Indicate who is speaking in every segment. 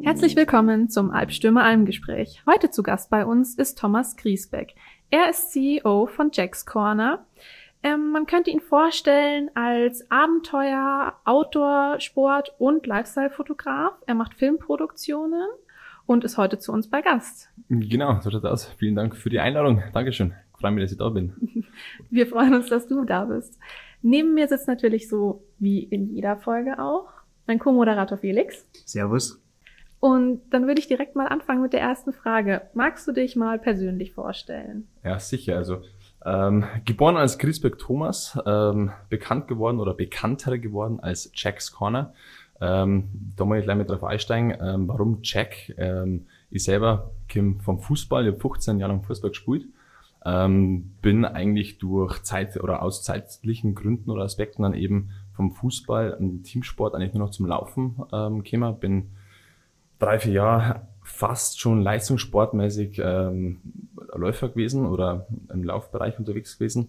Speaker 1: Herzlich willkommen zum Albstürmer Almgespräch. Heute zu Gast bei uns ist Thomas Griesbeck. Er ist CEO von Jack's Corner. Man könnte ihn vorstellen als Abenteuer-, Outdoor-, Sport- und Lifestyle-Fotograf. Er macht Filmproduktionen und ist heute zu uns bei Gast.
Speaker 2: Genau, so schaut es aus. Vielen Dank für die Einladung. Dankeschön. Ich freue mich, dass ich da bin.
Speaker 1: Wir freuen uns, dass du da bist. Neben mir sitzt natürlich so wie in jeder Folge auch mein Co-Moderator Felix.
Speaker 3: Servus.
Speaker 1: Und dann würde ich direkt mal anfangen mit der ersten Frage. Magst du dich mal persönlich vorstellen?
Speaker 2: Ja, sicher. Also geboren als Griesbeck Thomas, bekannt geworden oder bekannter geworden als Jack's Corner. Da muss ich gleich mit drauf einsteigen. Warum Jack? Ich selber komme vom Fußball, ich habe 15 Jahre lang Fußball gespielt. Bin eigentlich durch Zeit oder aus zeitlichen Gründen oder Aspekten dann eben vom Fußball und Teamsport eigentlich nur noch zum Laufen gekommen. Bin 3-4 Jahre fast schon leistungssportmäßig Läufer gewesen oder im Laufbereich unterwegs gewesen.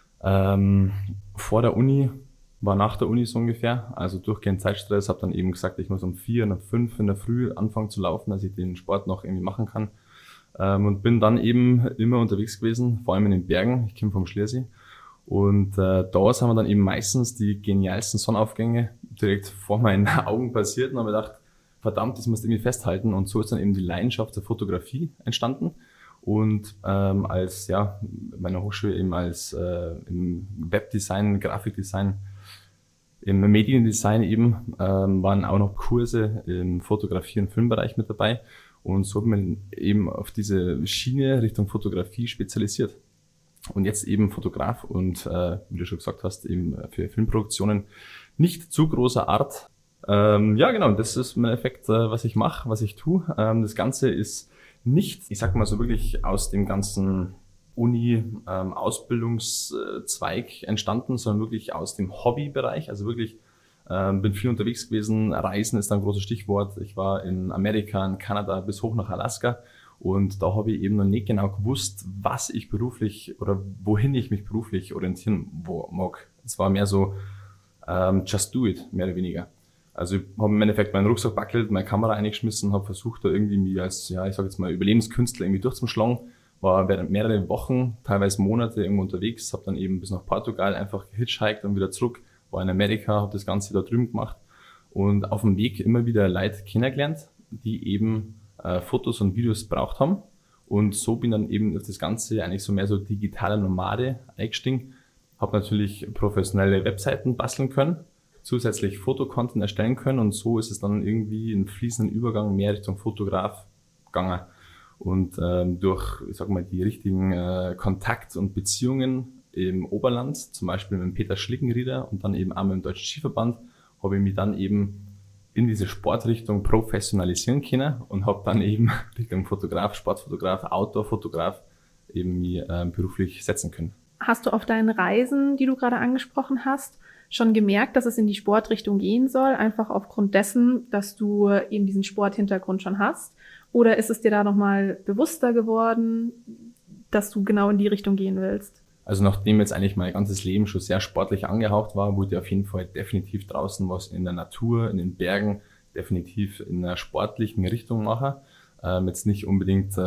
Speaker 2: Vor der Uni, war nach der Uni so ungefähr, also durchgehend Zeitstress, habe dann eben gesagt, ich muss um 4 und um 5 in der Früh anfangen zu laufen, dass ich den Sport noch irgendwie machen kann. Und bin dann eben immer unterwegs gewesen, vor allem in den Bergen, ich komme vom Schliersee. Und da haben wir dann eben meistens die genialsten Sonnenaufgänge direkt vor meinen Augen passiert und habe mir gedacht, verdammt, das musst du irgendwie festhalten. Und so ist dann eben die Leidenschaft der Fotografie entstanden. Und als meiner Hochschule eben als im Webdesign, Grafikdesign, im Mediendesign eben waren auch noch Kurse im Fotografie- und Filmbereich mit dabei. Und so hat man eben auf diese Schiene Richtung Fotografie spezialisiert. Und jetzt eben Fotograf und wie du schon gesagt hast, eben für Filmproduktionen nicht zu großer Art. Ja, genau, das ist im Endeffekt, was ich mache, was ich tue. Das Ganze ist nicht, ich sag mal so wirklich aus dem ganzen Uni-Ausbildungszweig entstanden, sondern wirklich aus dem Hobbybereich. Also wirklich bin viel unterwegs gewesen. Reisen ist ein großes Stichwort. Ich war in Amerika, in Kanada bis hoch nach Alaska. Und da habe ich eben noch nicht genau gewusst, was ich beruflich oder wohin ich mich beruflich orientieren mag. Es war mehr so, just do it, mehr oder weniger. Also ich habe im Endeffekt meinen Rucksack backelt, meine Kamera eingeschmissen, habe versucht, da irgendwie mich als, ich sage jetzt mal, Überlebenskünstler irgendwie durchzuschlagen. War während mehrere Wochen, teilweise Monate irgendwo unterwegs, habe dann eben bis nach Portugal einfach gehitchhiked und wieder zurück. War in Amerika, habe das Ganze da drüben gemacht und auf dem Weg immer wieder Leute kennengelernt, die eben Fotos und Videos braucht haben. Und so bin dann eben auf das Ganze eigentlich so mehr so digitale Nomade eingestiegen. Habe natürlich professionelle Webseiten basteln können, zusätzlich Fotocontent erstellen können und so ist es dann irgendwie in fließenden Übergang mehr Richtung Fotograf gegangen. Und durch, ich sag mal, die richtigen Kontakt- und Beziehungen im Oberland, zum Beispiel mit dem Peter Schlickenrieder und dann eben auch mit dem Deutschen Skiverband, habe ich mich dann eben in diese Sportrichtung professionalisieren können und habe dann eben Richtung Fotograf, Sportfotograf, Outdoor-Fotograf eben mich beruflich setzen können.
Speaker 1: Hast du auf deinen Reisen, die du gerade angesprochen hast, schon gemerkt, dass es in die Sportrichtung gehen soll, einfach aufgrund dessen, dass du eben diesen Sporthintergrund schon hast? Oder ist es dir da nochmal bewusster geworden, dass du genau in die Richtung gehen willst?
Speaker 2: Also nachdem jetzt eigentlich mein ganzes Leben schon sehr sportlich angehaucht war, wollte ich auf jeden Fall definitiv draußen was in der Natur, in den Bergen, definitiv in einer sportlichen Richtung machen. Jetzt nicht unbedingt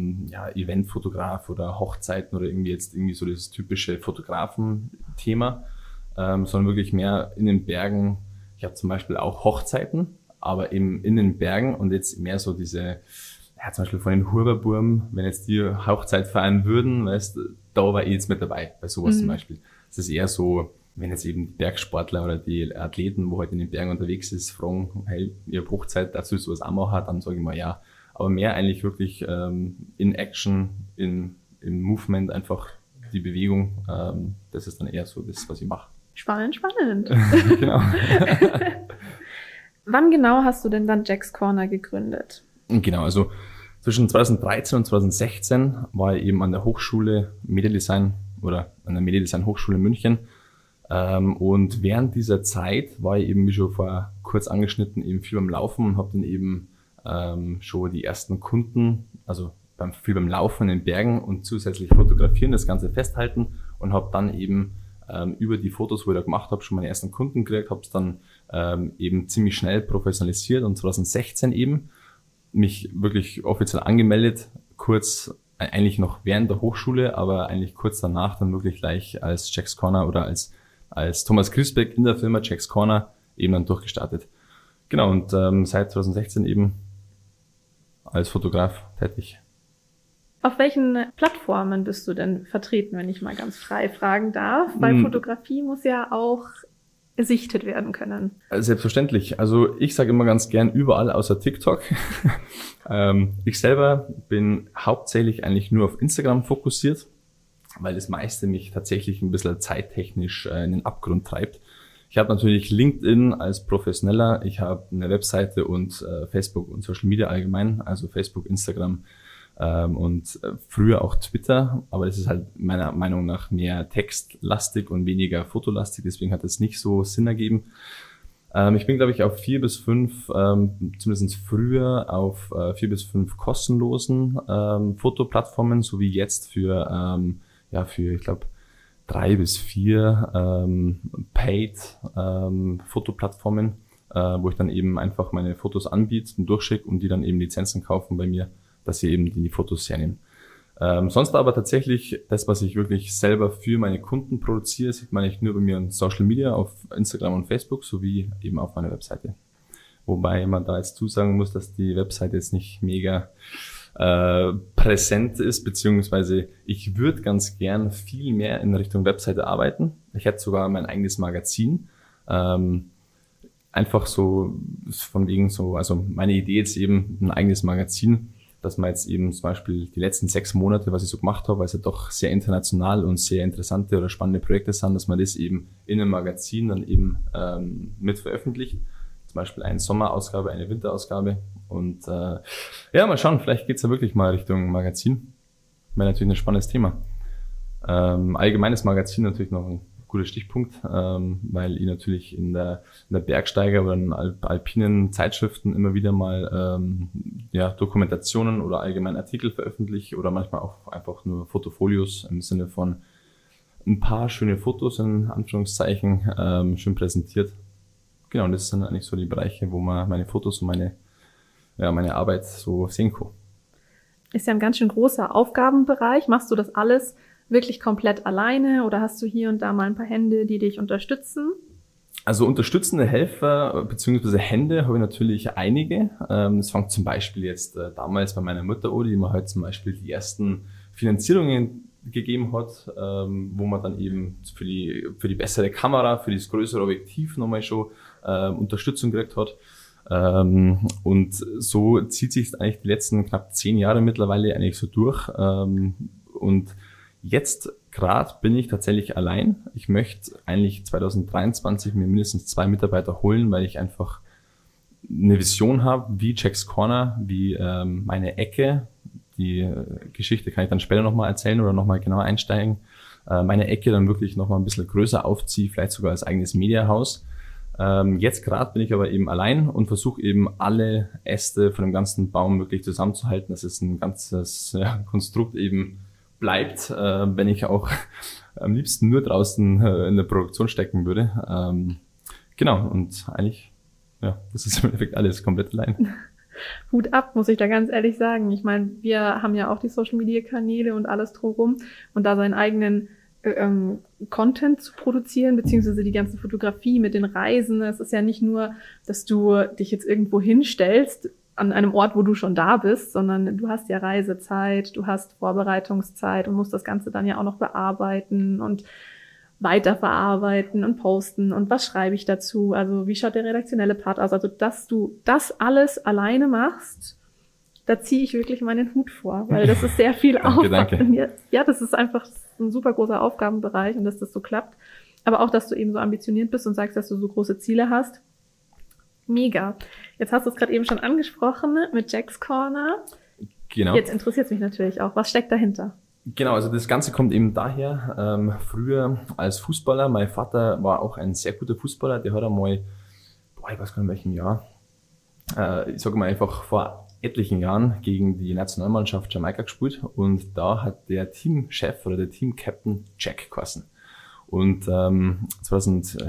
Speaker 2: Eventfotograf oder Hochzeiten oder irgendwie so das typische Fotografen-Thema, sondern wirklich mehr in den Bergen. Ich habe zum Beispiel auch Hochzeiten, aber eben in den Bergen und jetzt mehr so diese, zum Beispiel von den Huberburm, wenn jetzt die Hochzeit feiern würden, weißt, da war ich jetzt mit dabei, bei sowas zum Beispiel. Es ist eher so, wenn jetzt eben die Bergsportler oder die Athleten, wo halt in den Bergen unterwegs ist, fragen, hey, ihr habt Hochzeit, dazu sowas auch machen, dann sage ich mal ja. Aber mehr eigentlich wirklich in Action, im Movement einfach die Bewegung, das ist dann eher so das, was ich mache.
Speaker 1: Spannend, spannend.
Speaker 2: Genau.
Speaker 1: Wann genau hast du denn dann Jack's Corner gegründet?
Speaker 2: Genau, also zwischen 2013 und 2016 war ich eben an der Hochschule Mediendesign oder an der Mediendesign Hochschule München. Und während dieser Zeit war ich eben, wie schon vorher kurz angeschnitten, eben viel beim Laufen und habe dann eben schon die ersten Kunden, also viel beim Laufen in den Bergen und zusätzlich fotografieren, das Ganze festhalten und habe dann eben über die Fotos, wo ich da gemacht habe, schon meine ersten Kunden gekriegt, habe es dann eben ziemlich schnell professionalisiert und 2016 eben mich wirklich offiziell angemeldet, kurz eigentlich noch während der Hochschule, aber eigentlich kurz danach dann wirklich gleich als Jack's Corner oder als Thomas Griesbeck in der Firma Jack's Corner eben dann durchgestartet. Genau, und seit 2016 eben als Fotograf tätig.
Speaker 1: Auf welchen Plattformen bist du denn vertreten, wenn ich mal ganz frei fragen darf? Weil Fotografie muss ja auch gesichtet werden können.
Speaker 2: Selbstverständlich. Also ich sage immer ganz gern überall außer TikTok. Ich selber bin hauptsächlich eigentlich nur auf Instagram fokussiert, weil das meiste mich tatsächlich ein bisschen zeittechnisch in den Abgrund treibt. Ich habe natürlich LinkedIn als Professioneller, ich habe eine Webseite und Facebook und Social Media allgemein, also Facebook, Instagram und früher auch Twitter, aber das ist halt meiner Meinung nach mehr textlastig und weniger fotolastig, deswegen hat es nicht so Sinn ergeben. Ich bin, glaube ich, auf 4 bis 5, zumindest früher, auf 4 bis 5 kostenlosen Fotoplattformen, so wie jetzt für ich glaube, 3 bis 4 Paid Fotoplattformen, wo ich dann eben einfach meine Fotos anbiete und durchschicke und die dann eben Lizenzen kaufen bei mir, dass sie eben die Fotos hernehmen. Sonst aber tatsächlich das, was ich wirklich selber für meine Kunden produziere, sieht man nicht nur bei mir in Social Media, auf Instagram und Facebook, sowie eben auf meiner Webseite. Wobei man da jetzt zusagen muss, dass die Webseite jetzt nicht mega präsent ist, beziehungsweise ich würde ganz gern viel mehr in Richtung Webseite arbeiten. Ich hätte sogar mein eigenes Magazin. Einfach so von wegen so, also meine Idee ist eben ein eigenes Magazin, dass man jetzt eben zum Beispiel die letzten 6 Monate, was ich so gemacht habe, weil es ja doch sehr international und sehr interessante oder spannende Projekte sind, dass man das eben in einem Magazin dann eben mit veröffentlicht. Zum Beispiel eine Sommerausgabe, eine Winterausgabe. Und mal schauen, vielleicht geht's ja wirklich mal Richtung Magazin. Wäre natürlich ein spannendes Thema. Allgemeines Magazin natürlich noch ein guter Stichpunkt, weil ich natürlich in der Bergsteiger- oder in alpinen Zeitschriften immer wieder mal Dokumentationen oder allgemein Artikel veröffentliche oder manchmal auch einfach nur Fotofolios im Sinne von ein paar schöne Fotos in Anführungszeichen schön präsentiert. Genau, und das sind eigentlich so die Bereiche, wo man meine Fotos und meine Arbeit so sehen kann.
Speaker 1: Ist ja ein ganz schön großer Aufgabenbereich. Machst du das alles wirklich komplett alleine oder hast du hier und da mal ein paar Hände, die dich unterstützen?
Speaker 2: Also unterstützende Helfer bzw. Hände habe ich natürlich einige. Das fängt zum Beispiel jetzt damals bei meiner Mutter an, die mir halt zum Beispiel die ersten Finanzierungen gegeben hat, wo man dann eben für die bessere Kamera, für das größere Objektiv nochmal schon Unterstützung gekriegt hat. Und so zieht sich eigentlich die letzten knapp 10 Jahre mittlerweile eigentlich so durch. Und jetzt gerade bin ich tatsächlich allein. Ich möchte eigentlich 2023 mir mindestens 2 Mitarbeiter holen, weil ich einfach eine Vision habe, wie Jack's Corner, wie meine Ecke. Die Geschichte kann ich dann später nochmal erzählen oder nochmal genauer einsteigen. Meine Ecke dann wirklich nochmal ein bisschen größer aufziehe, vielleicht sogar als eigenes Mediahaus. Jetzt gerade bin ich aber eben allein und versuche eben alle Äste von dem ganzen Baum wirklich zusammenzuhalten, dass es ein ganzes Konstrukt eben bleibt, wenn ich auch am liebsten nur draußen in der Produktion stecken würde. Genau, und eigentlich, das ist im Endeffekt alles komplett allein.
Speaker 1: Hut ab, muss ich da ganz ehrlich sagen. Ich meine, wir haben ja auch die Social-Media-Kanäle und alles drumherum und da seinen eigenen Content zu produzieren, beziehungsweise die ganze Fotografie mit den Reisen. Es ist ja nicht nur, dass du dich jetzt irgendwo hinstellst an einem Ort, wo du schon da bist, sondern du hast ja Reisezeit, du hast Vorbereitungszeit und musst das Ganze dann ja auch noch bearbeiten und weiterverarbeiten und posten und was schreibe ich dazu, also wie schaut der redaktionelle Part aus, also dass du das alles alleine machst, da ziehe ich wirklich meinen Hut vor, weil das ist sehr viel Aufwand. Danke. Ja, das ist einfach ein super großer Aufgabenbereich und dass das so klappt, aber auch, dass du eben so ambitioniert bist und sagst, dass du so große Ziele hast. Mega. Jetzt hast du es gerade eben schon angesprochen mit Jack's Corner.
Speaker 2: Genau.
Speaker 1: Jetzt interessiert es mich natürlich auch. Was steckt dahinter?
Speaker 2: Genau, also das Ganze kommt eben daher, früher als Fußballer, mein Vater war auch ein sehr guter Fußballer, der hat einmal, ich weiß gar nicht in welchem Jahr, ich sage mal einfach vor etlichen Jahren gegen die Nationalmannschaft Jamaika gespielt und da hat der Teamchef oder der Teamcaptain Jack geheißen. Und 2007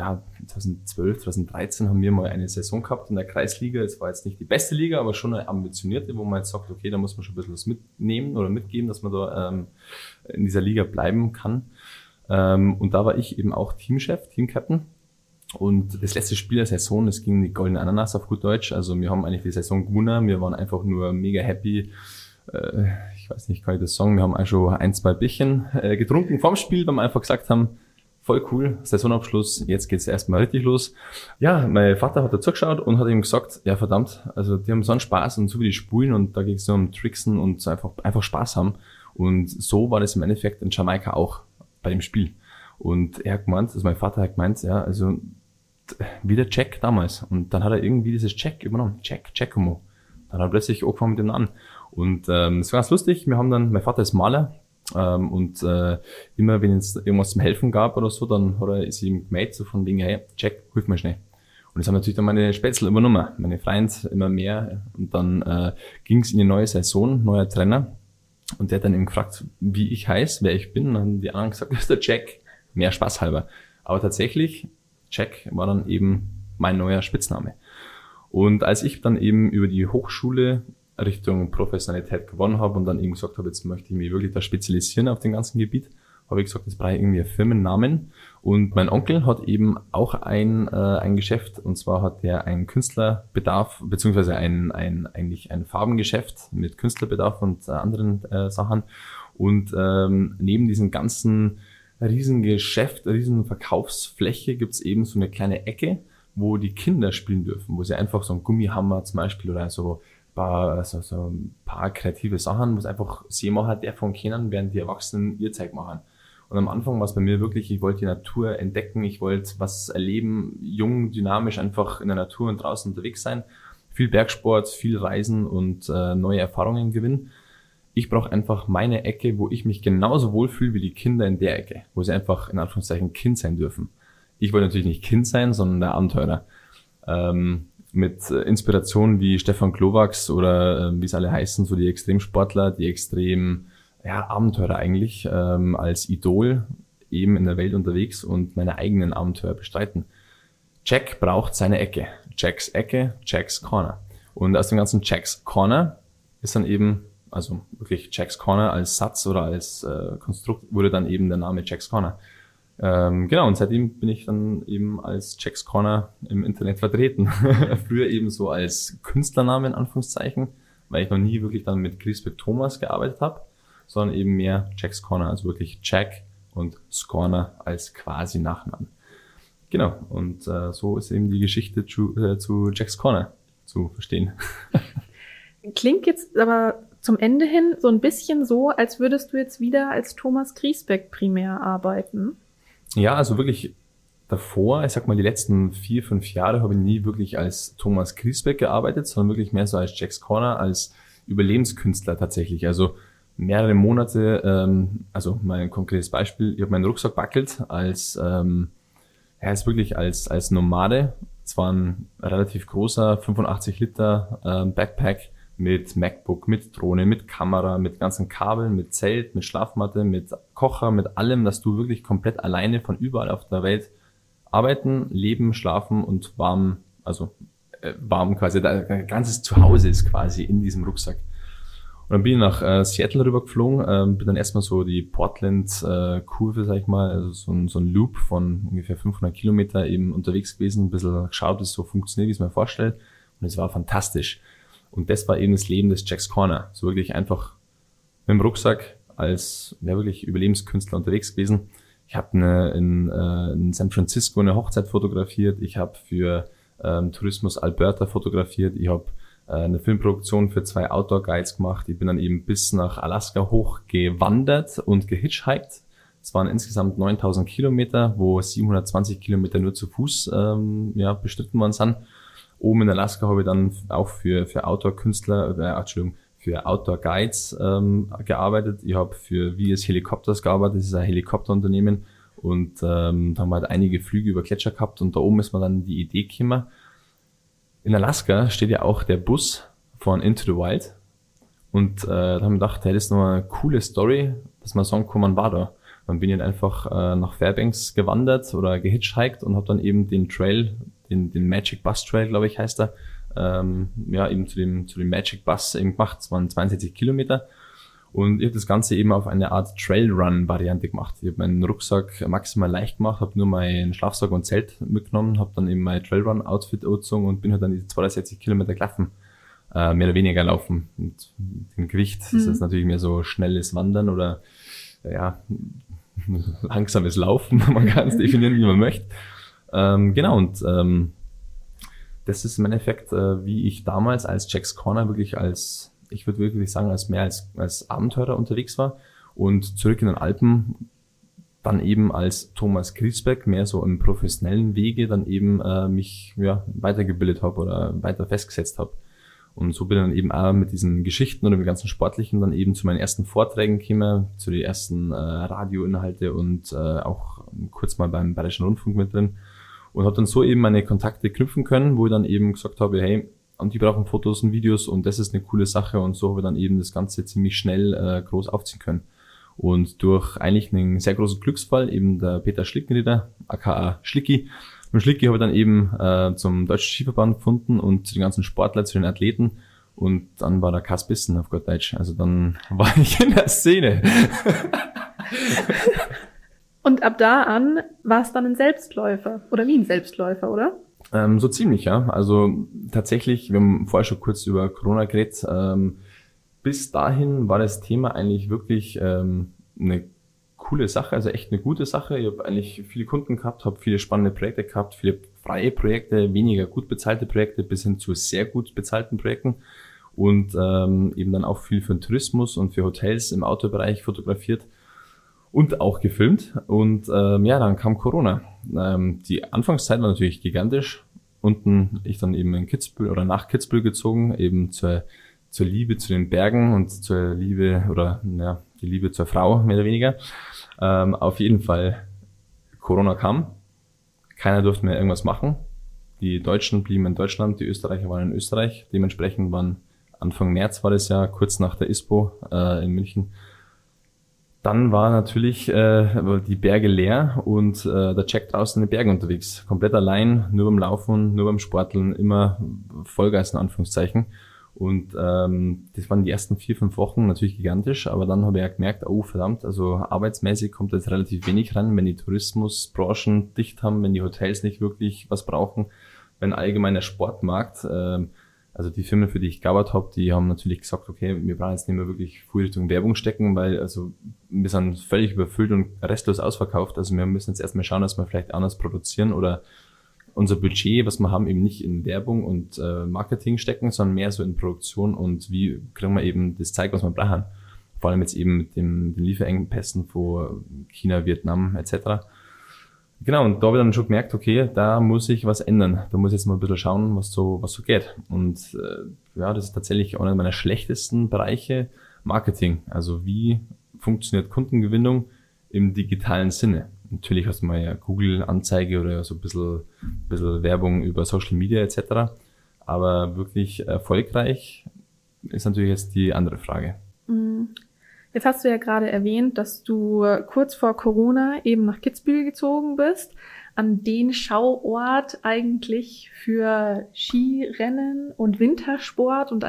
Speaker 2: 2012, 2013 haben wir mal eine Saison gehabt in der Kreisliga. Es war jetzt nicht die beste Liga, aber schon eine ambitionierte, wo man jetzt sagt, okay, da muss man schon ein bisschen was mitnehmen oder mitgeben, dass man da in dieser Liga bleiben kann. Und da war ich eben auch Teamchef, Teamcaptain. Und das letzte Spiel der Saison, das ging die Goldene Ananas auf gut Deutsch. Also wir haben eigentlich die Saison gewonnen. Wir waren einfach nur mega happy. Ich weiß nicht, kann ich das sagen? Wir haben auch schon 1, 2 Bierchen getrunken vorm Spiel, weil wir einfach gesagt haben, voll cool, Saisonabschluss, jetzt geht's erstmal richtig los. Ja, mein Vater hat da zugeschaut und hat ihm gesagt, ja verdammt, also die haben so einen Spaß und so wie die spulen und da ging es so um Tricksen und einfach Spaß haben. Und so war das im Endeffekt in Jamaika auch bei dem Spiel. Und er hat gemeint, also mein Vater hat gemeint, ja, also wie der Jack damals. Und dann hat er irgendwie dieses Jack übernommen, Giacomo. Dann hat er plötzlich angefangen mit dem Namen. Und es war ganz lustig, wir haben dann, mein Vater ist Maler, und immer wenn es irgendwas zum Helfen gab oder so, dann ist ihm gemeldet, so von wegen, hey, Jack, hilf mir schnell. Und das haben natürlich dann meine Spätzle übernommen, meine Freunde immer mehr. Und dann ging es in die neue Saison, neuer Trainer. Und der hat dann eben gefragt, wie ich heiße, wer ich bin. Und dann haben die anderen gesagt, das ist der Jack, mehr Spaß halber. Aber tatsächlich, Jack war dann eben mein neuer Spitzname. Und als ich dann eben über die Hochschule Richtung Professionalität gewonnen habe und dann eben gesagt habe, jetzt möchte ich mich wirklich da spezialisieren auf dem ganzen Gebiet, habe ich gesagt, jetzt brauche ich irgendwie einen Firmennamen. Und mein Onkel hat eben auch ein Geschäft, und zwar hat der einen Künstlerbedarf, beziehungsweise eigentlich ein Farbengeschäft mit Künstlerbedarf und anderen Sachen. Und neben diesem ganzen Riesengeschäft, riesen Verkaufsfläche gibt's eben so eine kleine Ecke, wo die Kinder spielen dürfen, wo sie einfach so einen Gummihammer zum Beispiel oder so ein paar kreative Sachen, was einfach sie machen, der von kennen, während die Erwachsenen ihr Zeug machen. Und am Anfang war es bei mir wirklich, ich wollte die Natur entdecken, ich wollte was erleben, jung, dynamisch, einfach in der Natur und draußen unterwegs sein. Viel Bergsport, viel Reisen und neue Erfahrungen gewinnen. Ich brauche einfach meine Ecke, wo ich mich genauso wohlfühle wie die Kinder in der Ecke, wo sie einfach in Anführungszeichen Kind sein dürfen. Ich wollte natürlich nicht Kind sein, sondern der Abenteurer. Mit Inspirationen wie Stefan Klovax oder wie es alle heißen, so die Extremsportler, die Abenteurer eigentlich, als Idol eben in der Welt unterwegs und meine eigenen Abenteuer bestreiten. Jack braucht seine Ecke. Jacks Ecke, Jacks Corner. Und aus dem ganzen Jacks Corner ist dann eben, also wirklich Jacks Corner als Satz oder als Konstrukt wurde dann eben der Name Jacks Corner. Genau, und seitdem bin ich dann eben als Jacks Corner im Internet vertreten. Früher eben so als Künstlername in Anführungszeichen, weil ich noch nie wirklich dann mit Griesbeck Thomas gearbeitet habe, sondern eben mehr Jacks Corner, also wirklich Jack und Scorner als quasi Nachnamen. Genau, und so ist eben die Geschichte zu Jacks Corner zu verstehen.
Speaker 1: Klingt jetzt aber zum Ende hin so ein bisschen so, als würdest du jetzt wieder als Thomas Griesbeck primär arbeiten.
Speaker 2: Ja, also wirklich davor, ich sag mal die letzten 4, 5 Jahre habe ich nie wirklich als Thomas Griesbeck gearbeitet, sondern wirklich mehr so als Jacks Corner, als Überlebenskünstler tatsächlich. Also mehrere Monate, also mein konkretes Beispiel, ich habe meinen Rucksack backelt als wirklich als Nomade. Es war ein relativ großer 85 Liter Backpack mit MacBook, mit Drohne, mit Kamera, mit ganzen Kabeln, mit Zelt, mit Schlafmatte, mit Kocher, mit allem, dass du wirklich komplett alleine von überall auf der Welt arbeiten, leben, schlafen und warm quasi, dein ganzes Zuhause ist quasi in diesem Rucksack. Und dann bin ich nach Seattle rübergeflogen, bin dann erstmal so die Portland-Kurve, sag ich mal, also so ein Loop von ungefähr 500 Kilometer eben unterwegs gewesen, ein bisschen geschaut, wie es so funktioniert, wie ich es mir vorstelle. Und es war fantastisch. Und das war eben das Leben des Jacks Corner. So wirklich einfach mit dem Rucksack als wirklich Überlebenskünstler unterwegs gewesen. Ich habe in San Francisco eine Hochzeit fotografiert. Ich habe für Tourismus Alberta fotografiert. Ich habe eine Filmproduktion für 2 Outdoor-Guides gemacht. Ich bin dann eben bis nach Alaska hoch gewandert und gehitchhiked. Es waren insgesamt 9000 Kilometer, wo 720 Kilometer nur zu Fuß bestritten worden sind. Oben in Alaska habe ich dann auch für Outdoor-Künstler, für Outdoor-Guides gearbeitet. Ich habe für VS Helicopters gearbeitet, das ist ein Helikopterunternehmen. Und da haben wir halt einige Flüge über Gletscher gehabt und da oben ist mir dann die Idee gekommen. In Alaska steht ja auch der Bus von Into the Wild. Und da haben wir gedacht, hey, das ist noch eine coole Story, dass man sagen kann, man war da. Dann bin ich halt einfach nach Fairbanks gewandert oder gehitchhiked und habe dann eben den Trail, den Magic Bus Trail, glaube ich, heißt er, eben zu dem Magic Bus eben gemacht. Es waren 62 Kilometer. Und ich habe das Ganze eben auf eine Art Trailrun-Variante gemacht. Ich habe meinen Rucksack maximal leicht gemacht, habe nur meinen Schlafsack und Zelt mitgenommen, habe dann eben mein Trailrun-Outfit angezogen und bin halt dann diese 62 Kilometer gelaufen. Mehr oder weniger laufen. Und dem Gewicht ist das natürlich mehr so schnelles Wandern oder langsames Laufen. Man kann es definieren, wie man möchte. Das ist im Endeffekt, wie ich damals als Jack's Corner wirklich ich würde wirklich sagen, als Abenteurer unterwegs war und zurück in den Alpen dann eben als Thomas Griesbeck mehr so im professionellen Wege dann eben mich weitergebildet habe oder weiter festgesetzt habe. Und so bin ich dann eben auch mit diesen Geschichten oder mit ganzen Sportlichen dann eben zu meinen ersten Vorträgen gekommen, zu den ersten Radioinhalte und auch kurz mal beim Bayerischen Rundfunk mit drin und habe dann so eben meine Kontakte knüpfen können, wo ich dann eben gesagt habe, hey, und die brauchen Fotos und Videos und das ist eine coole Sache und so habe ich dann eben das Ganze ziemlich schnell groß aufziehen können. Und durch eigentlich einen sehr großen Glücksfall, eben der Peter Schlickenrieder, aka Schlicki, mit Schlicki habe ich dann eben zum Deutschen Skiverband gefunden und zu den ganzen Sportlern, zu den Athleten und dann war der Kass Bissen auf Gut Deutsch. Also dann war ich in der Szene.
Speaker 1: Und ab da an war es dann ein Selbstläufer oder wie ein Selbstläufer, oder?
Speaker 2: So ziemlich, ja. Also tatsächlich, wir haben vorher schon kurz über Corona geredet. Bis dahin war das Thema eigentlich wirklich eine coole Sache, also echt eine gute Sache. Ich habe eigentlich viele Kunden gehabt, habe viele spannende Projekte gehabt, viele freie Projekte, weniger gut bezahlte Projekte bis hin zu sehr gut bezahlten Projekten und eben dann auch viel für den Tourismus und für Hotels im Outdoor-Bereich fotografiert und auch gefilmt. Und dann kam Corona. Die Anfangszeit war natürlich gigantisch. Unten ich dann eben in Kitzbühel oder nach Kitzbühel gezogen, eben zur Liebe zu den Bergen und zur Liebe die Liebe zur Frau, mehr oder weniger. Auf jeden Fall, Corona kam. Keiner durfte mehr irgendwas machen. Die Deutschen blieben in Deutschland, die Österreicher waren in Österreich. Dementsprechend waren Anfang März war das Jahr, kurz nach der ISPO in München. Dann war natürlich die Berge leer und der Jack draußen in den Bergen unterwegs. Komplett allein, nur beim Laufen, nur beim Sporteln, immer Vollgas in Anführungszeichen. Und das waren die ersten 4-5 Wochen natürlich gigantisch, aber dann habe ich ja gemerkt, oh verdammt, also arbeitsmäßig kommt jetzt relativ wenig ran, wenn die Tourismusbranchen dicht haben, wenn die Hotels nicht wirklich was brauchen, wenn allgemein der Sportmarkt, also die Firmen, für die ich gearbeitet habe, die haben natürlich gesagt, okay, wir brauchen jetzt nicht mehr wirklich viel Richtung Werbung stecken, weil also wir sind völlig überfüllt und restlos ausverkauft. Also wir müssen jetzt erstmal schauen, dass wir vielleicht anders produzieren oder unser Budget, was wir haben, eben nicht in Werbung und Marketing stecken, sondern mehr so in Produktion und wie kriegen wir eben das Zeug, was wir brauchen. Vor allem jetzt eben mit den Lieferengpässen von China, Vietnam etc. Genau, und da habe ich dann schon gemerkt, okay, da muss ich was ändern. Da muss ich jetzt mal ein bisschen schauen, was so geht. Und das ist tatsächlich einer meiner schlechtesten Bereiche, Marketing. Also wie funktioniert Kundengewinnung im digitalen Sinne? Natürlich hast du mal ja Google-Anzeige oder so ein bisschen Werbung über Social Media etc. Aber wirklich erfolgreich ist natürlich jetzt die andere Frage.
Speaker 1: Jetzt hast du ja gerade erwähnt, dass du kurz vor Corona eben nach Kitzbühel gezogen bist, an den Schauort eigentlich für Skirennen und Wintersport und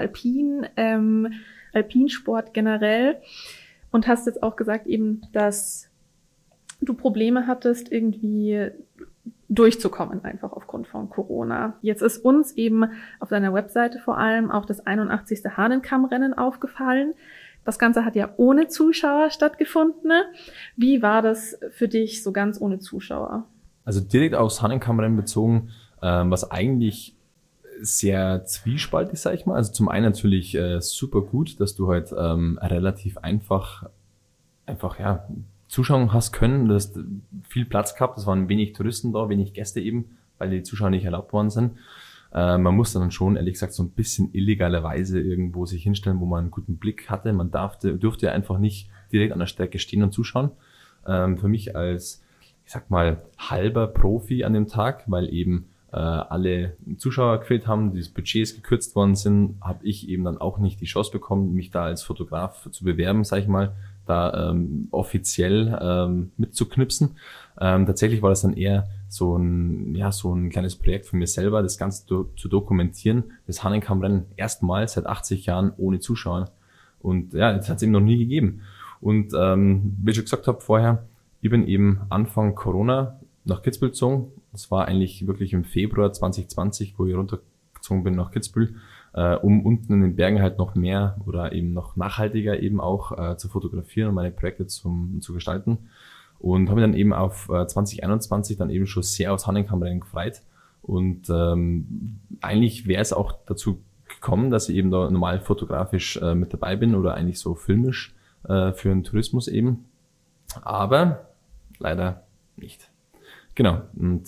Speaker 1: Alpinsport generell und hast jetzt auch gesagt eben, dass du Probleme hattest, irgendwie durchzukommen, einfach aufgrund von Corona. Jetzt ist uns eben auf deiner Webseite vor allem auch das 81. Hahnenkammrennen aufgefallen. Das Ganze hat ja ohne Zuschauer stattgefunden. Wie war das für dich so ganz ohne Zuschauer?
Speaker 2: Also direkt aufs Hahnenkammrennen bezogen, was eigentlich sehr zwiespaltig, sag ich mal. Also zum einen natürlich super gut, dass du halt relativ einfach Zuschauer hast können. Du hast viel Platz gehabt, es waren wenig Touristen da, wenig Gäste eben, weil die Zuschauer nicht erlaubt worden sind. Man musste dann schon, ehrlich gesagt, so ein bisschen illegalerweise irgendwo sich hinstellen, wo man einen guten Blick hatte. Man durfte einfach nicht direkt an der Strecke stehen und zuschauen. Für mich als, ich sag mal, halber Profi an dem Tag, weil eben alle Zuschauer gefehlt haben, die Budgets gekürzt worden sind, habe ich eben dann auch nicht die Chance bekommen, mich da als Fotograf zu bewerben, sag ich mal, da offiziell mitzuknipsen. Tatsächlich war das dann eher so ein kleines Projekt von mir selber, das Ganze zu dokumentieren. Das Hahnenkammrennen erstmals seit 80 Jahren ohne Zuschauer. Und ja, das hat es eben noch nie gegeben. Und wie ich schon gesagt habe vorher, ich bin eben Anfang Corona nach Kitzbühel gezogen. Das war eigentlich wirklich im Februar 2020, wo ich runtergezogen bin nach Kitzbühel, um unten in den Bergen halt noch mehr oder eben noch nachhaltiger eben auch zu fotografieren und meine Projekte zu gestalten. Und habe mich dann eben auf 2021 dann eben schon sehr aufs Hahnenkammrennen gefreut. Und eigentlich wäre es auch dazu gekommen, dass ich eben da normal fotografisch mit dabei bin oder eigentlich so filmisch für den Tourismus eben. Aber leider nicht. Genau. Und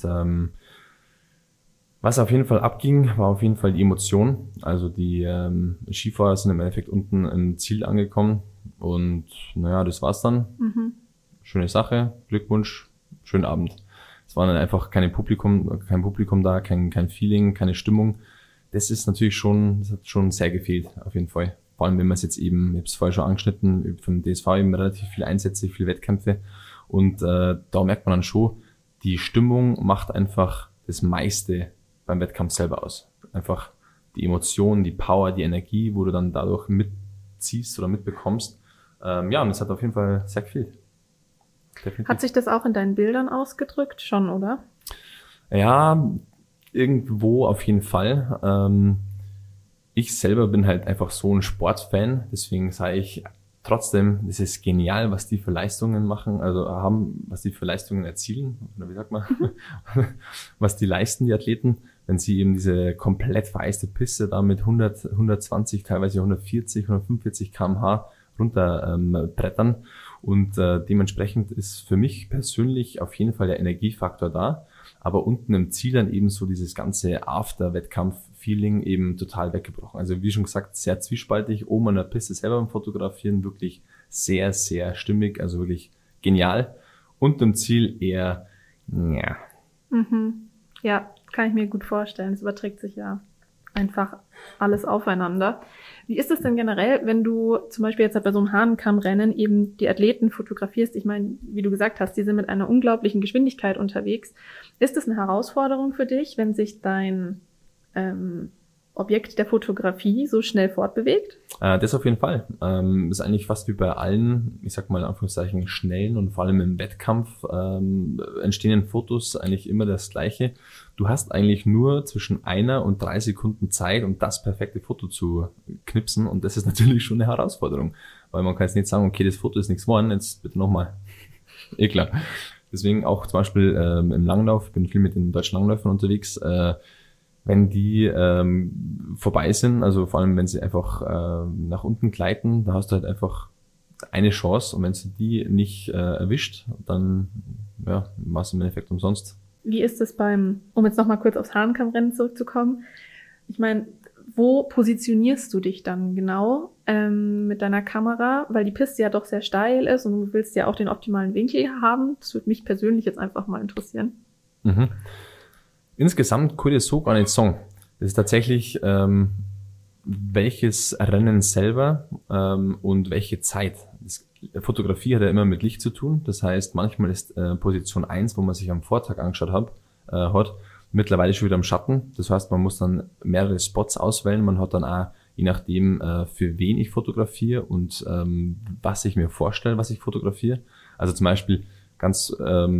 Speaker 2: was auf jeden Fall abging, war auf jeden Fall die Emotion. Also die Skifahrer sind im Endeffekt unten im Ziel angekommen. Und naja, das war's dann. Schöne Sache, Glückwunsch, schönen Abend. Es war dann einfach kein Publikum da, kein Feeling, keine Stimmung. Das ist natürlich das hat schon sehr gefehlt, auf jeden Fall. Vor allem, wenn man es jetzt eben, ich habe es vorher schon angeschnitten, vom DSV eben relativ viele Einsätze, viele Wettkämpfe. Und da merkt man dann schon, die Stimmung macht einfach das meiste beim Wettkampf selber aus. Einfach die Emotionen, die Power, die Energie, wo du dann dadurch mitziehst oder mitbekommst. Ja, und das hat auf jeden Fall sehr gefehlt. Definitiv.
Speaker 1: Hat sich das auch in deinen Bildern ausgedrückt? Schon, oder?
Speaker 2: Ja, irgendwo auf jeden Fall. Ich selber bin halt einfach so ein Sportfan, deswegen sage ich trotzdem, das ist genial, was die für Leistungen machen, also was die für Leistungen erzielen, oder wie sagt man, was die leisten, die Athleten, wenn sie eben diese komplett vereiste Piste da mit 120, teilweise 140, 145 km/h runter brettern. Und dementsprechend ist für mich persönlich auf jeden Fall der Energiefaktor da. Aber unten im Ziel dann eben so dieses ganze After-Wettkampf-Feeling eben total weggebrochen. Also wie schon gesagt, sehr zwiespaltig. Oben an der Piste selber beim Fotografieren wirklich sehr, sehr stimmig. Also wirklich genial. Und im Ziel eher, ja.
Speaker 1: Ja, kann ich mir gut vorstellen. Es überträgt sich ja einfach alles aufeinander. Wie ist es denn generell, wenn du zum Beispiel jetzt bei so einem Hahnenkammrennen eben die Athleten fotografierst? Ich meine, wie du gesagt hast, die sind mit einer unglaublichen Geschwindigkeit unterwegs. Ist es eine Herausforderung für dich, wenn sich dein Objekt der Fotografie so schnell fortbewegt?
Speaker 2: Das auf jeden Fall. Ist eigentlich fast wie bei allen, ich sag mal in Anführungszeichen, schnellen und vor allem im Wettkampf entstehenden Fotos eigentlich immer das Gleiche. Du hast eigentlich nur zwischen 1 und 3 Sekunden Zeit, um das perfekte Foto zu knipsen, und das ist natürlich schon eine Herausforderung, weil man kann jetzt nicht sagen, okay, das Foto ist nichts geworden, jetzt bitte nochmal. Klar. Deswegen auch zum Beispiel im Langlauf, ich bin viel mit den deutschen Langläufern unterwegs, wenn die vorbei sind, also vor allem wenn sie einfach nach unten gleiten, da hast du halt einfach eine Chance, und wenn sie die nicht erwischt, dann ja, machst du im Endeffekt umsonst.
Speaker 1: Wie ist es um jetzt nochmal kurz aufs Hahnenkammrennen zurückzukommen, ich meine, wo positionierst du dich dann genau mit deiner Kamera, weil die Piste ja doch sehr steil ist und du willst ja auch den optimalen Winkel haben. Das würde mich persönlich jetzt einfach mal interessieren.
Speaker 2: Insgesamt kann ich so gar nicht sagen. Das ist tatsächlich welches Rennen selber und welche Zeit. Fotografie hat ja immer mit Licht zu tun. Das heißt, manchmal ist Position 1, wo man sich am Vortag angeschaut hat, mittlerweile schon wieder im Schatten. Das heißt, man muss dann mehrere Spots auswählen. Man hat dann auch, je nachdem, für wen ich fotografiere und was ich mir vorstelle, was ich fotografiere. Also zum Beispiel ganz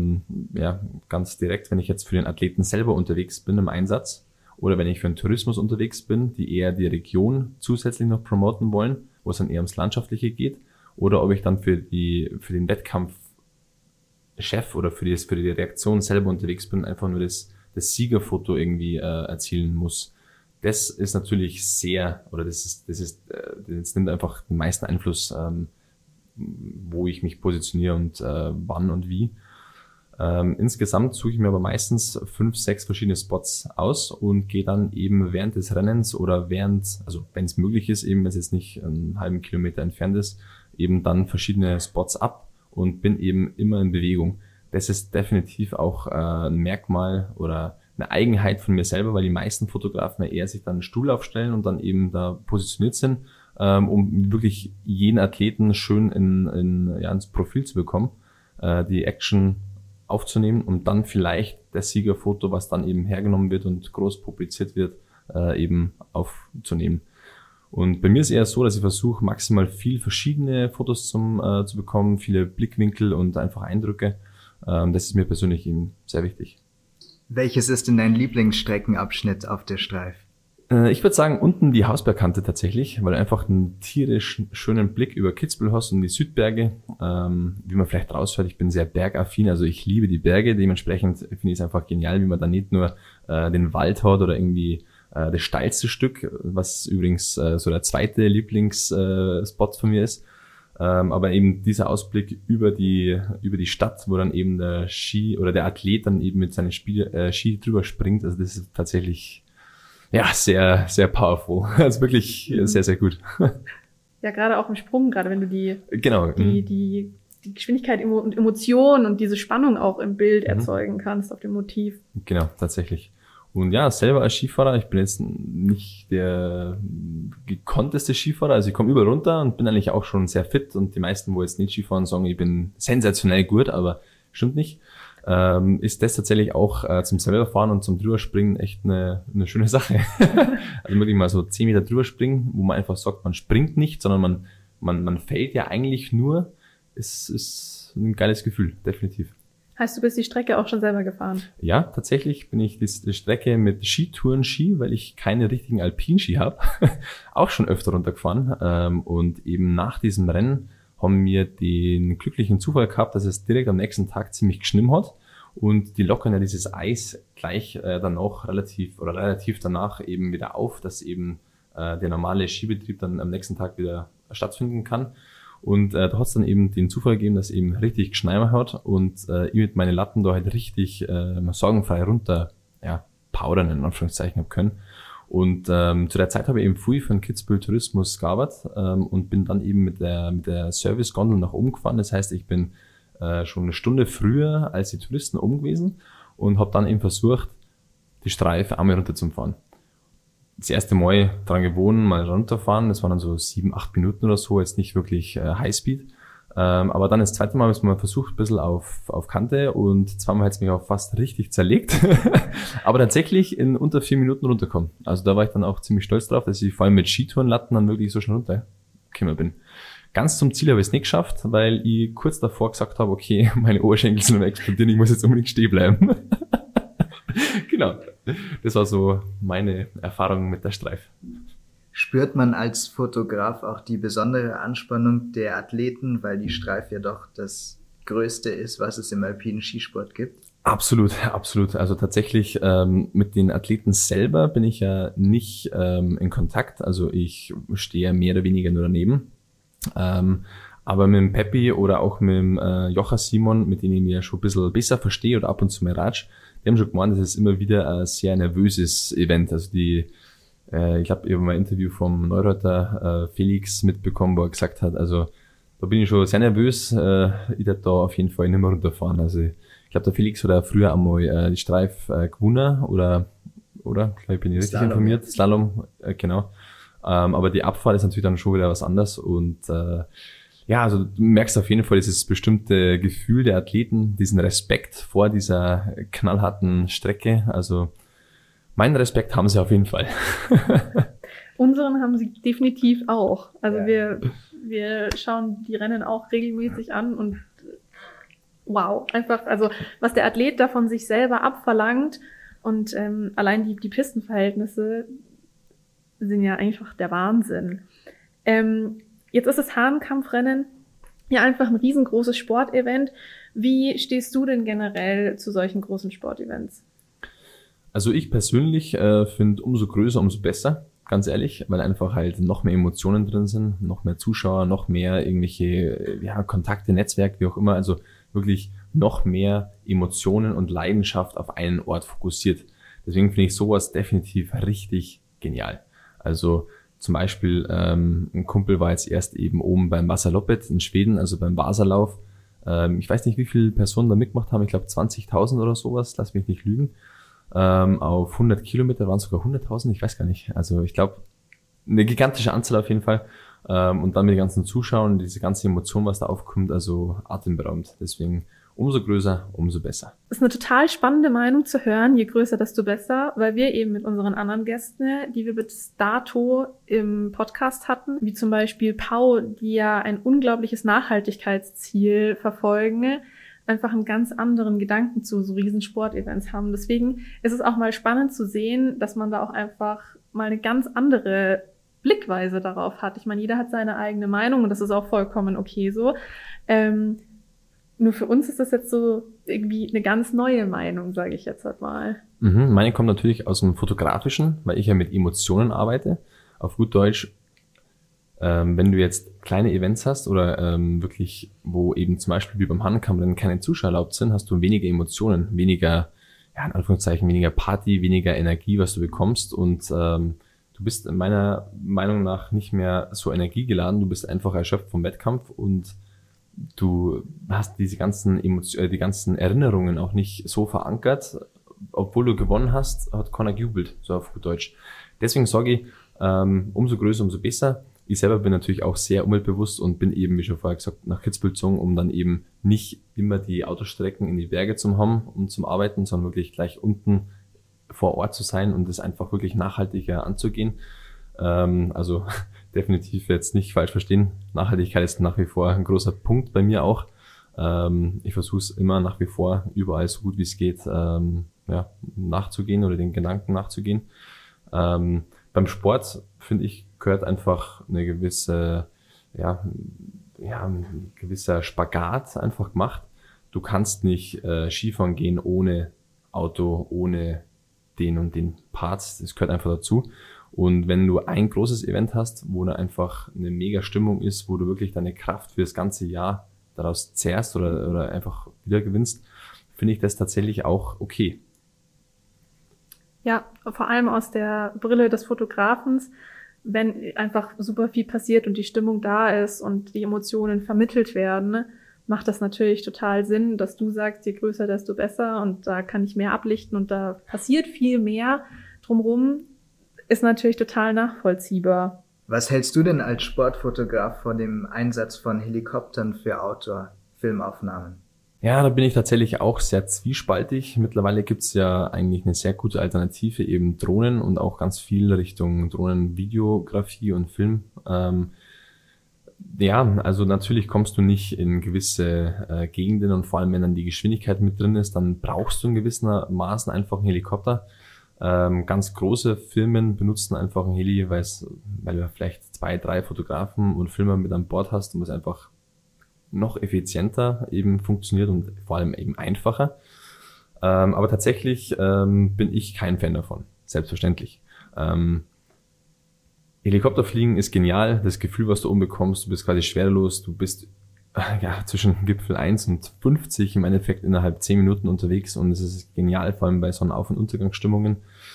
Speaker 2: direkt, wenn ich jetzt für den Athleten selber unterwegs bin im Einsatz oder wenn ich für den Tourismus unterwegs bin, die eher die Region zusätzlich noch promoten wollen, wo es dann eher ums Landschaftliche geht, oder ob ich dann für den Wettkampfchef oder für die Reaktion selber unterwegs bin, einfach nur das Siegerfoto irgendwie erzielen muss. Das ist natürlich das nimmt einfach den meisten Einfluss, wo ich mich positioniere und wann und wie. Insgesamt suche ich mir aber meistens 5, 6 verschiedene Spots aus und gehe dann eben während des Rennens oder wenn es möglich ist, eben wenn es jetzt nicht einen halben Kilometer entfernt ist, eben dann verschiedene Spots ab und bin eben immer in Bewegung. Das ist definitiv auch ein Merkmal oder eine Eigenheit von mir selber, weil die meisten Fotografen ja eher sich dann einen Stuhl aufstellen und dann eben da positioniert sind. um wirklich jeden Athleten schön ins Profil zu bekommen, die Action aufzunehmen und dann vielleicht das Siegerfoto, was dann eben hergenommen wird und groß publiziert wird, eben aufzunehmen. Und bei mir ist eher so, dass ich versuche, maximal viel verschiedene Fotos zu bekommen, viele Blickwinkel und einfach Eindrücke. Das ist mir persönlich eben sehr wichtig.
Speaker 3: Welches ist denn dein Lieblingsstreckenabschnitt auf der Streif?
Speaker 2: Ich würde sagen, unten die Hausbergkante tatsächlich, weil du einfach einen tierisch schönen Blick über Kitzbühel hast und die Südberge. Wie man vielleicht raushört, ich bin sehr bergaffin, also ich liebe die Berge. Dementsprechend finde ich es einfach genial, wie man da nicht nur den Wald hat oder irgendwie das steilste Stück, was übrigens so der zweite Lieblingsspot von mir ist. Aber eben dieser Ausblick über die Stadt, wo dann eben der Ski oder der Athlet dann eben mit seinen Ski drüber springt, also das ist tatsächlich sehr, sehr powerful. Also wirklich sehr, sehr gut.
Speaker 1: Ja, gerade auch im Sprung, gerade wenn du die
Speaker 2: Die
Speaker 1: Geschwindigkeit und Emotionen und diese Spannung auch im Bild erzeugen kannst auf dem Motiv.
Speaker 2: Genau, tatsächlich. Und ja, selber als Skifahrer, ich bin jetzt nicht der gekonnteste Skifahrer, also ich komme überall runter und bin eigentlich auch schon sehr fit und die meisten, wo jetzt nicht Skifahren, sagen, ich bin sensationell gut, aber stimmt nicht. Ist das tatsächlich auch zum selberfahren und zum Drüberspringen echt eine schöne Sache. Also wirklich mal so 10 Meter drüber springen, wo man einfach sagt, man springt nicht, sondern man fällt ja eigentlich nur. Es ist ein geiles Gefühl, definitiv.
Speaker 1: Heißt, du bist die Strecke auch schon selber gefahren?
Speaker 2: Ja, tatsächlich bin ich die Strecke mit Skitouren-Ski, weil ich keine richtigen Alpinski habe, auch schon öfter runtergefahren. Und eben nach diesem Rennen haben wir den glücklichen Zufall gehabt, dass es direkt am nächsten Tag ziemlich geschnitten hat. Und die lockern ja dieses Eis gleich danach relativ danach eben wieder auf, dass eben der normale Skibetrieb dann am nächsten Tag wieder stattfinden kann. Und da hat es dann eben den Zufall gegeben, dass eben richtig geschneit hat und ich mit meinen Latten da halt richtig sorgenfrei runter powdern in Anführungszeichen hab können. Und zu der Zeit habe ich eben viel für den Kitzbühel Tourismus gearbeitet und bin dann eben mit der Service-Gondel nach oben gefahren. Das heißt, ich bin schon eine Stunde früher als die Touristen oben gewesen und habe dann eben versucht, die Streife einmal runterzufahren. Das erste Mal dran gewohnt, mal runterfahren, das waren dann so 7-8 Minuten oder so, jetzt nicht wirklich Highspeed. Aber dann das zweite Mal, haben wir versucht, ein bisschen auf Kante und zweimal hat es mich auch fast richtig zerlegt. Aber tatsächlich in unter 4 Minuten runterkommen. Also da war ich dann auch ziemlich stolz drauf, dass ich vor allem mit Skitourenlatten dann wirklich so schnell runtergekommen bin. Ganz zum Ziel habe ich es nicht geschafft, weil ich kurz davor gesagt habe, okay, meine Oberschenkel sind explodieren, ich muss jetzt unbedingt stehen bleiben. Genau. Das war so meine Erfahrung mit der Streif.
Speaker 3: Spürt man als Fotograf auch die besondere Anspannung der Athleten, weil die Streif ja doch das Größte ist, was es im alpinen Skisport gibt?
Speaker 2: Absolut, absolut. Also tatsächlich mit den Athleten selber bin ich ja nicht in Kontakt. Also ich stehe ja mehr oder weniger nur daneben. Aber mit dem Peppi oder auch mit dem Jocha Simon, mit denen ich mich ja schon ein bisschen besser verstehe oder ab und zu mal ratsch, die haben schon gemeint, das ist immer wieder ein sehr nervöses Event. Also ich habe eben mal ein Interview vom Neureuther Felix mitbekommen, wo er gesagt hat, also da bin ich schon sehr nervös, ich werde da auf jeden Fall nicht mehr runterfahren. Also ich glaube, der Felix hat ja früher einmal die Streif gewonnen oder? Ich glaube, ich bin nicht richtig informiert. Slalom, genau. Aber die Abfahrt ist natürlich dann schon wieder was anderes und also du merkst auf jeden Fall dieses bestimmte Gefühl der Athleten, diesen Respekt vor dieser knallharten Strecke. Also meinen Respekt haben sie auf jeden Fall.
Speaker 1: Unseren haben sie definitiv auch. Also wir schauen die Rennen auch regelmäßig an und wow, einfach, also was der Athlet da von sich selber abverlangt und allein die Pistenverhältnisse sind ja einfach der Wahnsinn. Jetzt ist das Hahnkampfrennen ja einfach ein riesengroßes Sportevent. Wie stehst du denn generell zu solchen großen Sportevents?
Speaker 2: Also ich persönlich finde umso größer, umso besser, ganz ehrlich, weil einfach halt noch mehr Emotionen drin sind, noch mehr Zuschauer, noch mehr irgendwelche Kontakte, Netzwerk, wie auch immer, also wirklich noch mehr Emotionen und Leidenschaft auf einen Ort fokussiert. Deswegen finde ich sowas definitiv richtig genial. Also zum Beispiel ein Kumpel war jetzt erst eben oben beim Vasaloppet in Schweden, also beim Vasalauf. Ich weiß nicht, wie viele Personen da mitgemacht haben, ich glaube 20.000 oder sowas, lass mich nicht lügen. Auf 100 Kilometer waren es sogar 100.000, ich weiß gar nicht. Also ich glaube, eine gigantische Anzahl auf jeden Fall. Und dann mit den ganzen Zuschauern, diese ganze Emotion, was da aufkommt, also atemberaubend. Deswegen umso größer, umso besser.
Speaker 1: Das ist eine total spannende Meinung zu hören, je größer, desto besser, weil wir eben mit unseren anderen Gästen, die wir bis dato im Podcast hatten, wie zum Beispiel Pau, die ja ein unglaubliches Nachhaltigkeitsziel verfolgen, einfach einen ganz anderen Gedanken zu so Riesensportevents haben. Deswegen ist es auch mal spannend zu sehen, dass man da auch einfach mal eine ganz andere Blickweise darauf hat. Ich meine, jeder hat seine eigene Meinung und das ist auch vollkommen okay so. Nur für uns ist das jetzt so irgendwie eine ganz neue Meinung, sage ich jetzt halt mal.
Speaker 2: Meine kommt natürlich aus dem Fotografischen, weil ich ja mit Emotionen arbeite. Auf gut Deutsch, wenn du jetzt kleine Events hast oder wirklich, wo eben zum Beispiel wie beim Hahnenkammrennen keine Zuschauer erlaubt sind, hast du weniger Emotionen, weniger, ja in Anführungszeichen, weniger Party, weniger Energie, was du bekommst und du bist in meiner Meinung nach nicht mehr so energiegeladen, du bist einfach erschöpft vom Wettkampf und du hast diese ganzen Emotionen, die ganzen Erinnerungen auch nicht so verankert. Obwohl du gewonnen hast, hat keiner gejubelt, so auf gut Deutsch. Deswegen sage ich, umso größer, umso besser. Ich selber bin natürlich auch sehr umweltbewusst und bin eben, wie schon vorher gesagt, nach Kitzbühel gezogen, um dann eben nicht immer die Autostrecken in die Berge zu haben, um zum Arbeiten, sondern wirklich gleich unten vor Ort zu sein und das einfach wirklich nachhaltiger anzugehen. Also definitiv jetzt nicht falsch verstehen. Nachhaltigkeit ist nach wie vor ein großer Punkt bei mir auch. Ich versuche es immer nach wie vor überall so gut wie es geht nachzugehen oder den Gedanken nachzugehen. Beim Sport, finde ich, gehört einfach eine gewisse, ein gewisser Spagat einfach gemacht. Du kannst nicht Skifahren gehen ohne Auto, ohne den und den Parts. Das gehört einfach dazu. Und wenn du ein großes Event hast, wo da einfach eine mega Stimmung ist, wo du wirklich deine Kraft für das ganze Jahr daraus zehrst oder einfach wieder gewinnst, finde ich das tatsächlich auch okay.
Speaker 1: Ja, vor allem aus der Brille des Fotografens, wenn einfach super viel passiert und die Stimmung da ist und die Emotionen vermittelt werden, macht das natürlich total Sinn, dass du sagst, je größer, desto besser und da kann ich mehr ablichten und da passiert viel mehr drumherum. Ist natürlich total nachvollziehbar.
Speaker 3: Was hältst du denn als Sportfotograf von dem Einsatz von Helikoptern für Outdoor-Filmaufnahmen?
Speaker 2: Ja, da bin ich tatsächlich auch sehr zwiespaltig. Mittlerweile gibt's ja eigentlich eine sehr gute Alternative, eben Drohnen und auch ganz viel Richtung Drohnenvideografie und Film. Also natürlich kommst du nicht in gewisse Gegenden und vor allem, wenn dann die Geschwindigkeit mit drin ist, dann brauchst du in gewissermaßen einfach einen Helikopter. Ganz große Firmen benutzen einfach ein Heli, weil du vielleicht 2, 3 Fotografen und Filmer mit an Bord hast und es einfach noch effizienter eben funktioniert und vor allem eben einfacher. Aber tatsächlich bin ich kein Fan davon, selbstverständlich. Helikopterfliegen ist genial, das Gefühl, was du oben bekommst, du bist quasi schwerelos, du bist zwischen Gipfel 1 und 50 im Endeffekt innerhalb 10 Minuten unterwegs und es ist genial, vor allem bei Sonnenauf- und Untergangsstimmungen.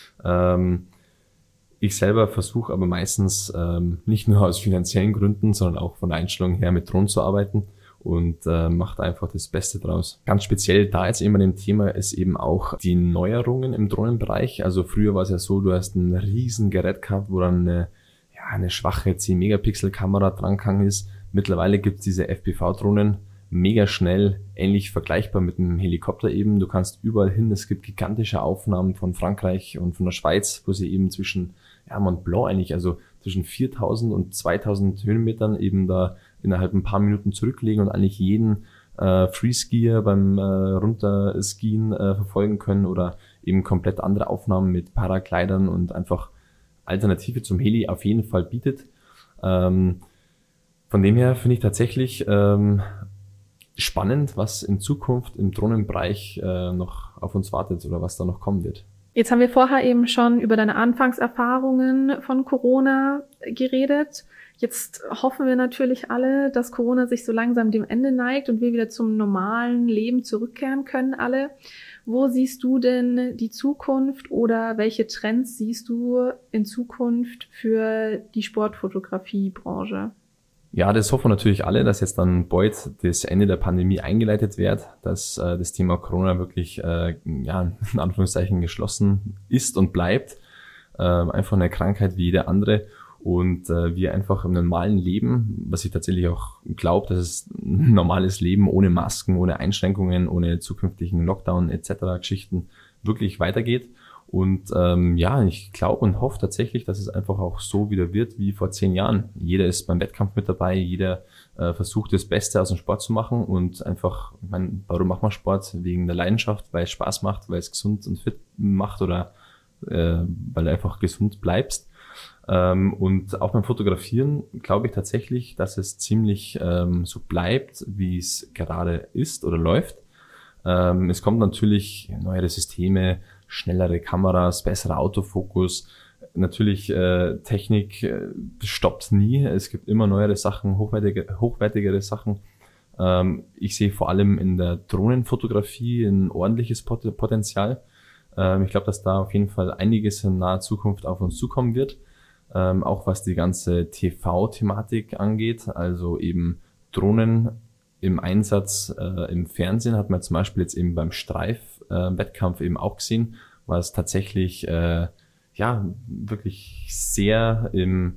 Speaker 2: Ich selber versuche aber meistens nicht nur aus finanziellen Gründen, sondern auch von der Einstellung her mit Drohnen zu arbeiten und macht einfach das Beste draus. Ganz speziell da jetzt eben bei dem Thema ist eben auch die Neuerungen im Drohnenbereich. Also früher war es ja so, du hast ein riesen Gerät gehabt, wo dann eine schwache 10-Megapixel-Kamera drangehangen ist. Mittlerweile gibt's diese FPV-Drohnen, mega schnell, ähnlich vergleichbar mit einem Helikopter eben. Du kannst überall hin, es gibt gigantische Aufnahmen von Frankreich und von der Schweiz, wo sie eben zwischen Mont Blanc eigentlich, also zwischen 4000 und 2000 Höhenmetern eben da innerhalb ein paar Minuten zurücklegen und eigentlich jeden Freeskier beim Runterskien verfolgen können oder eben komplett andere Aufnahmen mit Paraglidern und einfach Alternative zum Heli auf jeden Fall bietet. Von dem her finde ich tatsächlich spannend, was in Zukunft im Drohnenbereich noch auf uns wartet oder was da noch kommen wird.
Speaker 1: Jetzt haben wir vorher eben schon über deine Anfangserfahrungen von Corona geredet. Jetzt hoffen wir natürlich alle, dass Corona sich so langsam dem Ende neigt und wir wieder zum normalen Leben zurückkehren können alle. Wo siehst du denn die Zukunft oder welche Trends siehst du in Zukunft für die Sportfotografiebranche?
Speaker 2: Ja, das hoffen wir natürlich alle, dass jetzt dann bald das Ende der Pandemie eingeleitet wird, dass das Thema Corona wirklich in Anführungszeichen geschlossen ist und bleibt. Einfach eine Krankheit wie jede andere. und wir einfach im normalen Leben, was ich tatsächlich auch glaube, dass es ein normales Leben ohne Masken, ohne Einschränkungen, ohne zukünftigen Lockdown etc. Geschichten wirklich weitergeht. Und ich glaube und hoffe tatsächlich, dass es einfach auch so wieder wird wie vor 10 Jahren. Jeder ist beim Wettkampf mit dabei, jeder versucht das Beste aus dem Sport zu machen und einfach, ich meine, warum macht man Sport? Wegen der Leidenschaft, weil es Spaß macht, weil es gesund und fit macht oder weil du einfach gesund bleibst. Und auch beim Fotografieren glaube ich tatsächlich, dass es ziemlich so bleibt, wie es gerade ist oder läuft. Es kommt natürlich neuere Systeme, schnellere Kameras, besserer Autofokus. Natürlich Technik stoppt nie. Es gibt immer neuere Sachen, hochwertigere Sachen. Ich sehe vor allem in der Drohnenfotografie ein ordentliches Potenzial. Ich glaube, dass da auf jeden Fall einiges in naher Zukunft auf uns zukommen wird. Auch was die ganze TV-Thematik angeht, also eben Drohnen im Einsatz im Fernsehen hat man zum Beispiel jetzt eben beim Streif-Wettkampf eben auch gesehen, was tatsächlich wirklich sehr in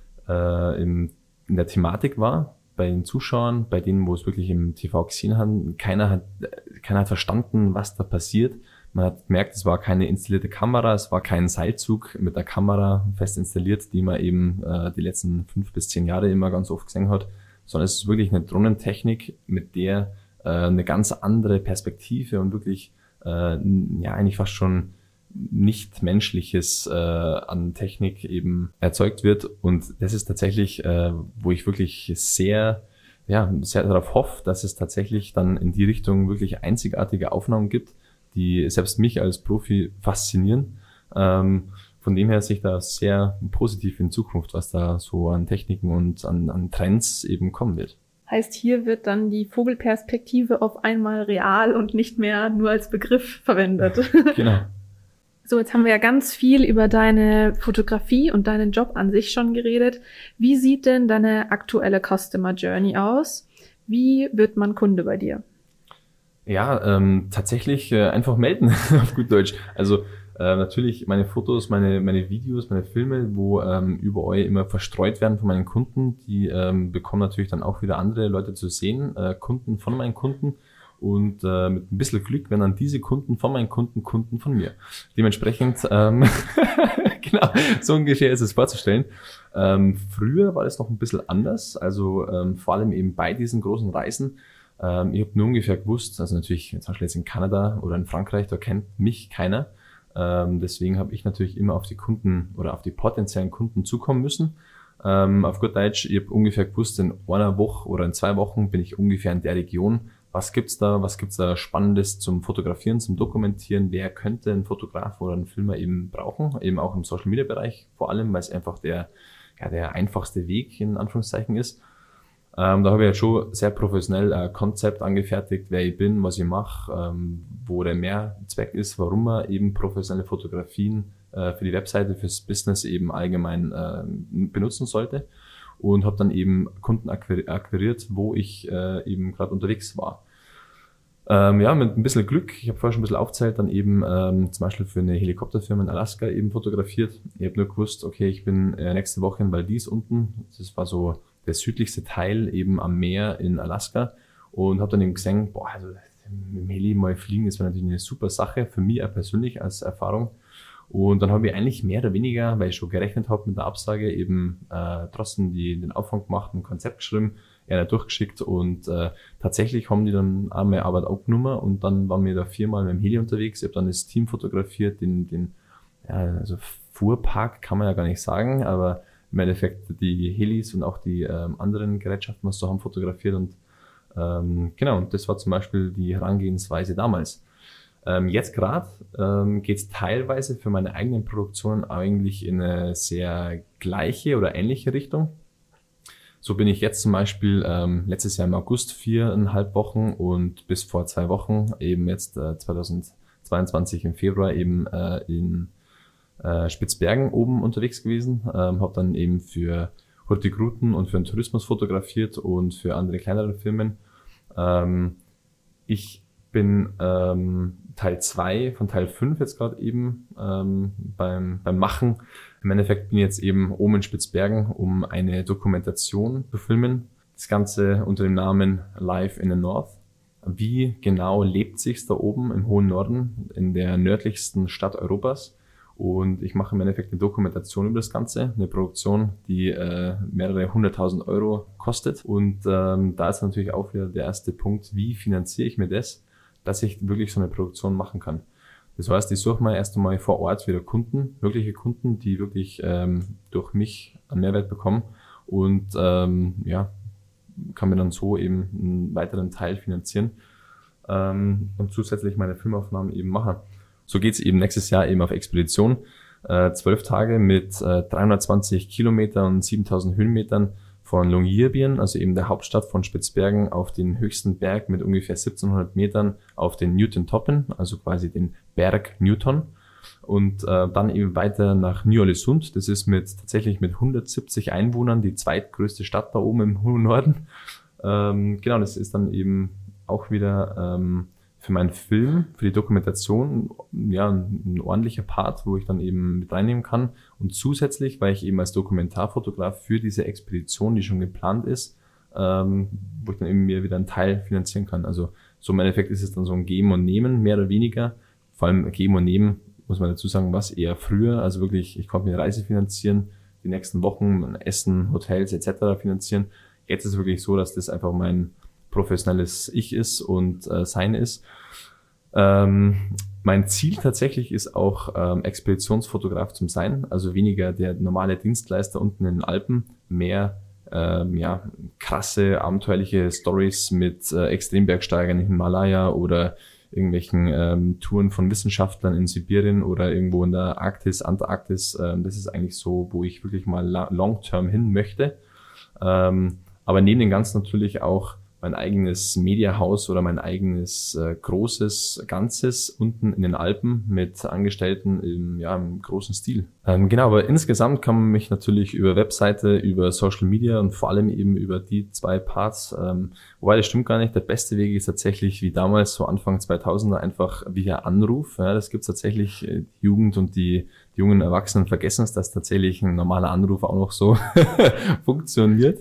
Speaker 2: der Thematik war bei den Zuschauern, bei denen, wo es wirklich im TV gesehen haben. Keiner hat verstanden, was da passiert. Man hat gemerkt, es war keine installierte Kamera, es war kein Seilzug mit der Kamera fest installiert, die man eben die letzten 5 bis 10 Jahre immer ganz oft gesehen hat, sondern es ist wirklich eine Drohnentechnik, mit der eine ganz andere Perspektive und wirklich eigentlich fast schon nicht Menschliches an Technik eben erzeugt wird. Und das ist tatsächlich, wo ich wirklich sehr darauf hoffe, dass es tatsächlich dann in die Richtung wirklich einzigartige Aufnahmen gibt, die selbst mich als Profi faszinieren. Von dem her sehe ich da sehr positiv in Zukunft, was da so an Techniken und an Trends eben kommen wird.
Speaker 1: Heißt, hier wird dann die Vogelperspektive auf einmal real und nicht mehr nur als Begriff verwendet.
Speaker 2: Genau.
Speaker 1: So, jetzt haben wir ja ganz viel über deine Fotografie und deinen Job an sich schon geredet. Wie sieht denn deine aktuelle Customer Journey aus? Wie wird man Kunde bei dir?
Speaker 2: Ja, tatsächlich einfach melden, auf gut Deutsch. Also natürlich meine Fotos, meine Videos, meine Filme, wo überall immer verstreut werden von meinen Kunden, die bekommen natürlich dann auch wieder andere Leute zu sehen, Kunden von meinen Kunden. Und mit ein bisschen Glück werden dann diese Kunden von meinen Kunden Kunden von mir. Dementsprechend, genau, so ungefähr ist es vorzustellen. Früher war das noch ein bisschen anders, also vor allem eben bei diesen großen Reisen. Ich habe nur ungefähr gewusst, also natürlich zum Beispiel jetzt in Kanada oder in Frankreich, da kennt mich keiner. Deswegen habe ich natürlich immer auf die Kunden oder auf die potenziellen Kunden zukommen müssen. Auf gut Deutsch, ich habe ungefähr gewusst, in einer Woche oder in 2 Wochen bin ich ungefähr in der Region. Was gibt's da Spannendes zum Fotografieren, zum Dokumentieren? Wer könnte einen Fotograf oder einen Filmer eben brauchen? Eben auch im Social Media Bereich vor allem, weil es einfach der einfachste Weg in Anführungszeichen ist. Da habe ich jetzt schon sehr professionell ein Konzept angefertigt, wer ich bin, was ich mache, wo der Mehrzweck ist, warum man eben professionelle Fotografien für die Webseite, fürs Business eben allgemein benutzen sollte. Und habe dann eben Kunden akquiriert, wo ich eben gerade unterwegs war. Mit ein bisschen Glück, ich habe vorher schon ein bisschen aufgezählt, dann eben zum Beispiel für eine Helikopterfirma in Alaska eben fotografiert. Ich habe nur gewusst, okay, ich bin nächste Woche in Valdez unten. Das war so der südlichste Teil eben am Meer in Alaska. Und habe dann eben gesehen, also mit dem Heli mal fliegen, das wäre natürlich eine super Sache, für mich auch persönlich als Erfahrung. Und dann habe ich eigentlich mehr oder weniger, weil ich schon gerechnet habe mit der Absage, eben trotzdem den Aufwand gemacht, ein Konzept geschrieben, einer durchgeschickt und tatsächlich haben die dann auch meine Arbeit aufgenommen und dann waren wir da 4-mal mit dem Heli unterwegs. Ich habe dann das Team fotografiert, also Fuhrpark kann man ja gar nicht sagen, aber im Endeffekt die Helis und auch die anderen Gerätschaften, was wir so haben, fotografiert und und das war zum Beispiel die Herangehensweise damals. Jetzt gerade geht es teilweise für meine eigenen Produktionen eigentlich in eine sehr gleiche oder ähnliche Richtung. So bin ich jetzt zum Beispiel letztes Jahr im August 4,5 Wochen und bis vor 2 Wochen eben jetzt 2022 im Februar eben in Spitzbergen oben unterwegs gewesen. Habe dann eben für Hurtigruten und für den Tourismus fotografiert und für andere kleinere Firmen. Ich bin Teil 2 von Teil 5 jetzt gerade eben beim Machen. Im Endeffekt bin ich jetzt eben oben in Spitzbergen, um eine Dokumentation zu filmen. Das Ganze unter dem Namen Life in the North. Wie genau lebt sich's da oben im hohen Norden, in der nördlichsten Stadt Europas? Und ich mache im Endeffekt eine Dokumentation über das Ganze, eine Produktion, die mehrere 100.000 Euro kostet. Und da ist natürlich auch wieder der erste Punkt, wie finanziere ich mir das, dass ich wirklich so eine Produktion machen kann. Das heißt, ich suche mal erst einmal vor Ort wieder Kunden, wirkliche Kunden, die wirklich durch mich einen Mehrwert bekommen und ja, kann mir dann so eben einen weiteren Teil finanzieren und zusätzlich meine Filmaufnahmen eben machen. So geht's eben nächstes Jahr eben auf Expedition. 12 Tage mit 320 Kilometer und 7000 Höhenmetern von Longyearbyen, also eben der Hauptstadt von Spitzbergen, auf den höchsten Berg mit ungefähr 1700 Metern auf den Newtontoppen, also quasi den Berg Newton. Und dann eben weiter nach Ny-Ålesund. Das ist tatsächlich mit 170 Einwohnern die zweitgrößte Stadt da oben im hohen Norden. Genau, das ist dann eben auch wieder für meinen Film, für die Dokumentation, ja, ein ordentlicher Part, wo ich dann eben mit reinnehmen kann. Und zusätzlich, weil ich eben als Dokumentarfotograf für diese Expedition, die schon geplant ist, wo ich dann eben mir wieder einen Teil finanzieren kann. Also so im Endeffekt ist es dann so ein Geben und Nehmen, mehr oder weniger. Vor allem Geben und Nehmen, muss man dazu sagen, was eher früher. Also wirklich, ich konnte mir Reise finanzieren, die nächsten Wochen Essen, Hotels etc. finanzieren. Jetzt ist es wirklich so, dass das einfach mein professionelles Ich ist und Sein ist. Mein Ziel tatsächlich ist auch Expeditionsfotograf zum Sein, also weniger der normale Dienstleister unten in den Alpen, mehr ja, krasse, abenteuerliche Stories mit Extrembergsteigern in Himalaya oder irgendwelchen Touren von Wissenschaftlern in Sibirien oder irgendwo in der Arktis, Antarktis. Das ist eigentlich so, wo ich wirklich mal long-term hin möchte. Aber neben dem Ganzen natürlich auch mein eigenes Mediahaus oder mein eigenes großes Ganzes unten in den Alpen mit Angestellten im großen Stil. Genau, aber insgesamt kann man mich natürlich über Webseite, über Social Media und vor allem eben über die zwei Parts, wobei das stimmt gar nicht, der beste Weg ist tatsächlich wie damals, so Anfang 2000er, einfach via Anruf. Ja, das gibt's tatsächlich, die Jugend und die jungen Erwachsenen vergessen es, dass tatsächlich ein normaler Anruf auch noch so funktioniert,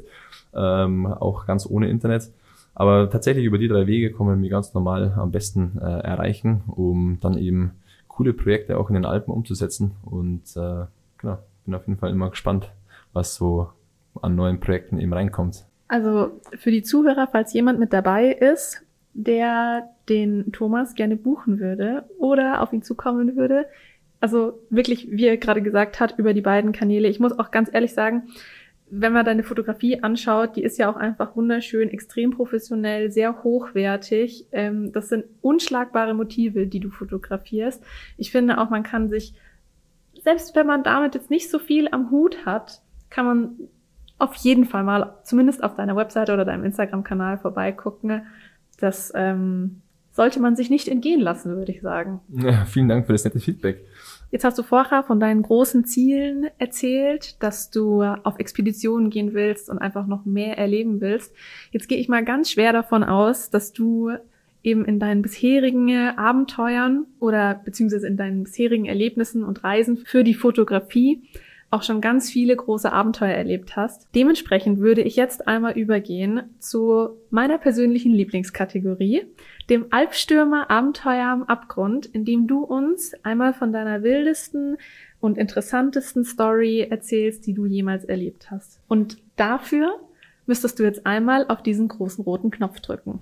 Speaker 2: auch ganz ohne Internet. Aber tatsächlich über die 3 Wege kann man mich ganz normal am besten erreichen, um dann eben coole Projekte auch in den Alpen umzusetzen. Und genau, bin auf jeden Fall immer gespannt, was so an neuen Projekten eben reinkommt.
Speaker 1: Also für die Zuhörer, falls jemand mit dabei ist, der den Thomas gerne buchen würde oder auf ihn zukommen würde, also wirklich, wie er gerade gesagt hat, über die beiden Kanäle. Ich muss auch ganz ehrlich sagen, wenn man deine Fotografie anschaut, die ist ja auch einfach wunderschön, extrem professionell, sehr hochwertig. Das sind unschlagbare Motive, die du fotografierst. Ich finde auch, man kann sich, selbst wenn man damit jetzt nicht so viel am Hut hat, kann man auf jeden Fall mal, zumindest auf deiner Webseite oder deinem Instagram-Kanal vorbeigucken. Das sollte man sich nicht entgehen lassen, würde ich sagen.
Speaker 2: Ja, vielen Dank für das nette Feedback.
Speaker 1: Jetzt hast du vorher von deinen großen Zielen erzählt, dass du auf Expeditionen gehen willst und einfach noch mehr erleben willst. Jetzt gehe ich mal ganz schwer davon aus, dass du eben in deinen bisherigen Abenteuern oder beziehungsweise in deinen bisherigen Erlebnissen und Reisen für die Fotografie auch schon ganz viele große Abenteuer erlebt hast. Dementsprechend würde ich jetzt einmal übergehen zu meiner persönlichen Lieblingskategorie, dem Alpstürmer Abenteuer am Abgrund, in dem du uns einmal von deiner wildesten und interessantesten Story erzählst, die du jemals erlebt hast. Und dafür müsstest du jetzt einmal auf diesen großen roten Knopf drücken.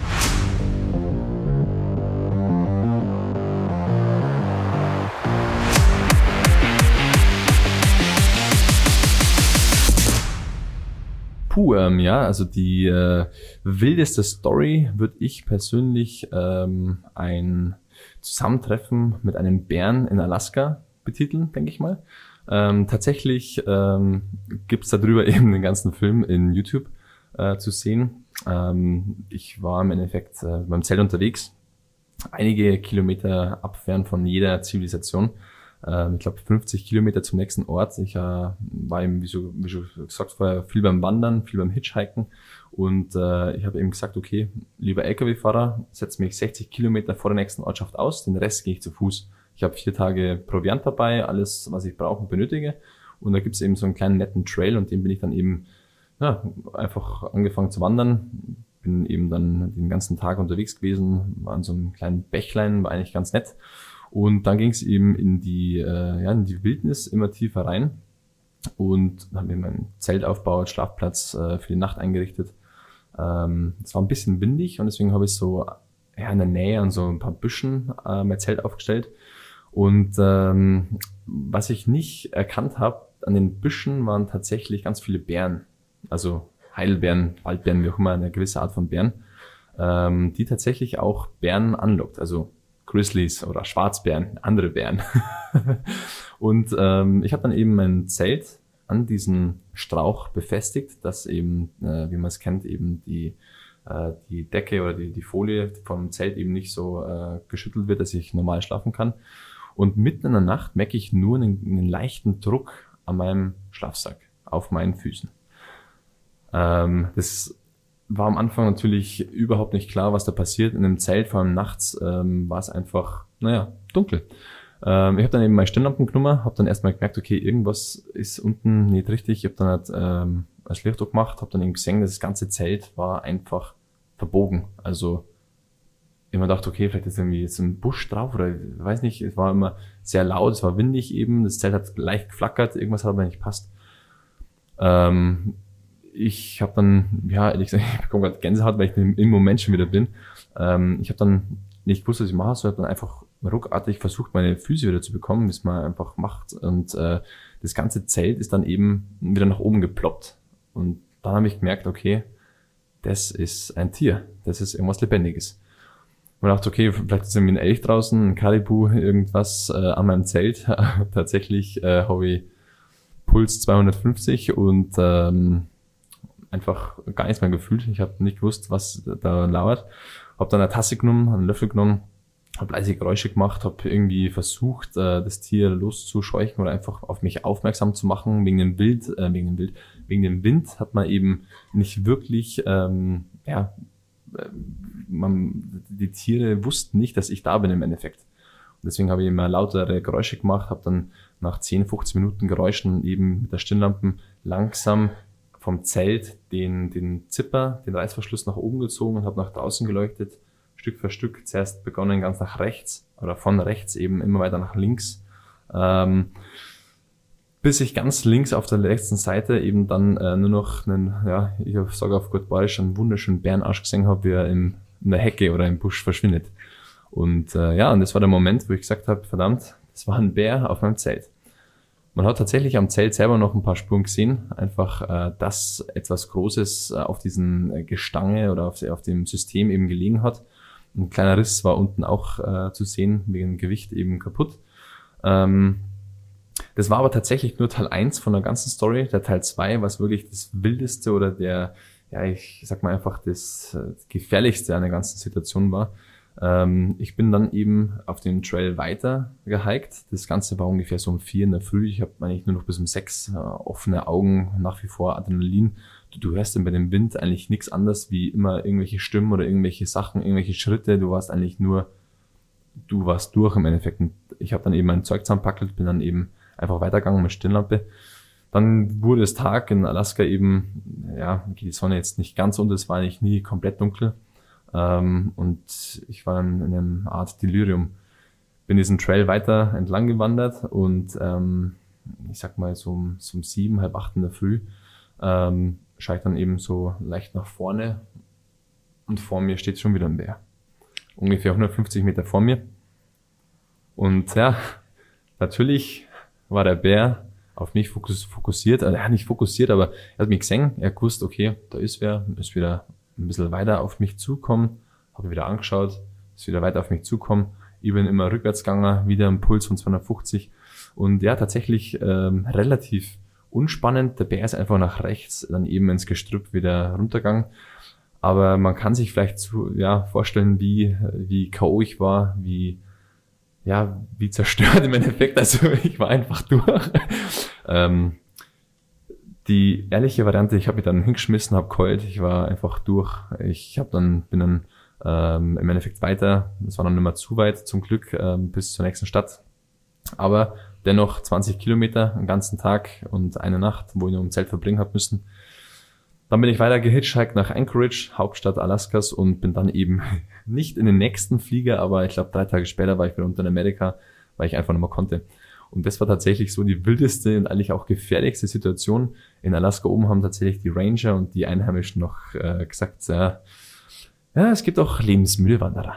Speaker 2: Ja, also die wildeste Story würde ich persönlich ein Zusammentreffen mit einem Bären in Alaska betiteln, denke ich mal. Tatsächlich gibt's darüber eben den ganzen Film in YouTube zu sehen. Ich war im Endeffekt beim Zelt unterwegs, einige Kilometer abfern von jeder Zivilisation. Ich glaube 50 Kilometer zum nächsten Ort. Ich war eben, wie schon gesagt vorher, viel beim Wandern, viel beim Hitchhiken und ich habe eben gesagt, okay, lieber LKW-Fahrer, setze mich 60 Kilometer vor der nächsten Ortschaft aus, den Rest gehe ich zu Fuß. Ich habe 4 Tage Proviant dabei, alles, was ich brauche und benötige. Und da gibt's eben so einen kleinen netten Trail und den bin ich dann eben einfach angefangen zu wandern. Bin eben dann den ganzen Tag unterwegs gewesen, war an so einem kleinen Bächlein, war eigentlich ganz nett. Und dann ging's eben in die Wildnis immer tiefer rein. Und dann habe ich mein Zelt aufgebaut, Schlafplatz für die Nacht eingerichtet. Es war ein bisschen windig und deswegen habe ich so in der Nähe an so ein paar Büschen mein Zelt aufgestellt. Und was ich nicht erkannt habe, an den Büschen waren tatsächlich ganz viele Bären. Also Heidelbeeren, Waldbeeren, wie auch immer, eine gewisse Art von Bären, die tatsächlich auch Bären anlockt. Also Grizzlies oder Schwarzbären, andere Bären. Und ich habe dann eben mein Zelt an diesen Strauch befestigt, dass eben, wie man es kennt, eben die Decke oder die Folie vom Zelt eben nicht so geschüttelt wird, dass ich normal schlafen kann. Und mitten in der Nacht merke ich nur einen leichten Druck an meinem Schlafsack, auf meinen Füßen. Das war am Anfang natürlich überhaupt nicht klar, was da passiert. In dem Zelt, vor allem nachts, war es einfach, dunkel. Ich habe dann eben meine Stirnlampen genommen, habe dann erstmal gemerkt, okay, irgendwas ist unten nicht richtig. Ich habe dann halt das Licht gemacht, habe dann eben gesehen, das ganze Zelt war einfach verbogen. Also ich habe mir gedacht, okay, vielleicht ist irgendwie jetzt ein Busch drauf oder ich weiß nicht, es war immer sehr laut, es war windig eben, das Zelt hat leicht geflackert, irgendwas hat aber nicht gepasst. Ich habe dann, ehrlich gesagt, ich bekomme gerade Gänsehaut, weil ich im Moment schon wieder bin. Ich habe dann nicht gewusst, was ich mache, so habe dann einfach ruckartig versucht, meine Füße wieder zu bekommen, wie es man einfach macht. Und das ganze Zelt ist dann eben wieder nach oben geploppt. Und dann habe ich gemerkt, okay, das ist ein Tier, das ist irgendwas Lebendiges. Und dachte, okay, vielleicht ist irgendwie ein Elch draußen, ein Karibu, irgendwas an meinem Zelt. Tatsächlich habe ich Puls 250 und einfach gar nichts mehr gefühlt. Ich habe nicht gewusst, was da lauert. Habe dann eine Tasse genommen, einen Löffel genommen, habe leise Geräusche gemacht, habe irgendwie versucht, das Tier loszuscheuchen oder einfach auf mich aufmerksam zu machen. Wegen dem Wind hat man eben nicht wirklich, die Tiere wussten nicht, dass ich da bin im Endeffekt. Und deswegen habe ich immer lautere Geräusche gemacht, habe dann nach 10, 15 Minuten Geräuschen eben mit der Stirnlampe langsam vom Zelt den Zipper, den Reißverschluss nach oben gezogen und habe nach draußen geleuchtet, Stück für Stück. Zuerst begonnen ganz nach rechts oder von rechts eben immer weiter nach links, bis ich ganz links auf der letzten Seite eben dann nur noch ich sage auf gut Bayerisch, einen wunderschönen Bärenarsch gesehen habe, wie er in der Hecke oder im Busch verschwindet. Und und das war der Moment, wo ich gesagt habe, verdammt, das war ein Bär auf meinem Zelt. Man hat tatsächlich am Zelt selber noch ein paar Spuren gesehen, einfach, dass etwas Großes auf diesen Gestange oder auf dem System eben gelegen hat. Ein kleiner Riss war unten auch zu sehen, wegen dem Gewicht eben kaputt. Das war aber tatsächlich nur Teil 1 von der ganzen Story. Der Teil 2, was wirklich das Wildeste oder ich sag mal einfach das Gefährlichste an der ganzen Situation war. Ich bin dann eben auf dem Trail weiter gehiked. Das Ganze war ungefähr so um 4 in der Früh. Ich habe eigentlich nur noch bis um 6 offene Augen, nach wie vor Adrenalin. Du hörst dann bei dem Wind eigentlich nichts anderes wie immer irgendwelche Stimmen oder irgendwelche Sachen, irgendwelche Schritte. Du warst durch im Endeffekt. Und ich habe dann eben mein Zeug zusammenpackelt, bin dann eben einfach weitergegangen mit Stirnlampe. Dann wurde es Tag in Alaska eben, geht die Sonne jetzt nicht ganz unter, es war eigentlich nie komplett dunkel. Und ich war dann in einer Art Delirium. Bin diesen Trail weiter entlang gewandert und ich sag mal so um 7, halb 8 in der Früh schaue ich dann eben so leicht nach vorne und vor mir steht schon wieder ein Bär. Ungefähr 150 Meter vor mir. Und natürlich war der Bär auf mich fokussiert, nicht fokussiert, aber er hat mich gesehen, er gewusst, okay, da ist wer, ist wieder ein bisschen weiter auf mich zukommen, habe wieder angeschaut, ist wieder weiter auf mich zukommen, ich bin immer rückwärts gegangen, wieder ein Puls von 250 und tatsächlich relativ unspannend, der Bär ist einfach nach rechts, dann eben ins Gestrüpp wieder runtergegangen, aber man kann sich vielleicht vorstellen, wie K.O. ich war, wie zerstört im Endeffekt, also ich war einfach durch. Die ehrliche Variante, ich habe mich dann hingeschmissen, habe geheult, ich war einfach durch. Bin dann im Endeffekt weiter, es war dann nicht mehr zu weit zum Glück, bis zur nächsten Stadt. Aber dennoch 20 Kilometer, einen ganzen Tag und eine Nacht, wo ich nur im Zelt verbringen habe müssen. Dann bin ich weiter gehitchhiked nach Anchorage, Hauptstadt Alaskas, und bin dann eben nicht in den nächsten Flieger, aber ich glaube 3 Tage später war ich wieder unten in Amerika, weil ich einfach nicht mehr konnte. Und das war tatsächlich so die wildeste und eigentlich auch gefährlichste Situation. In Alaska oben haben tatsächlich die Ranger und die Einheimischen noch gesagt, ja, es gibt auch lebensmüde Wanderer.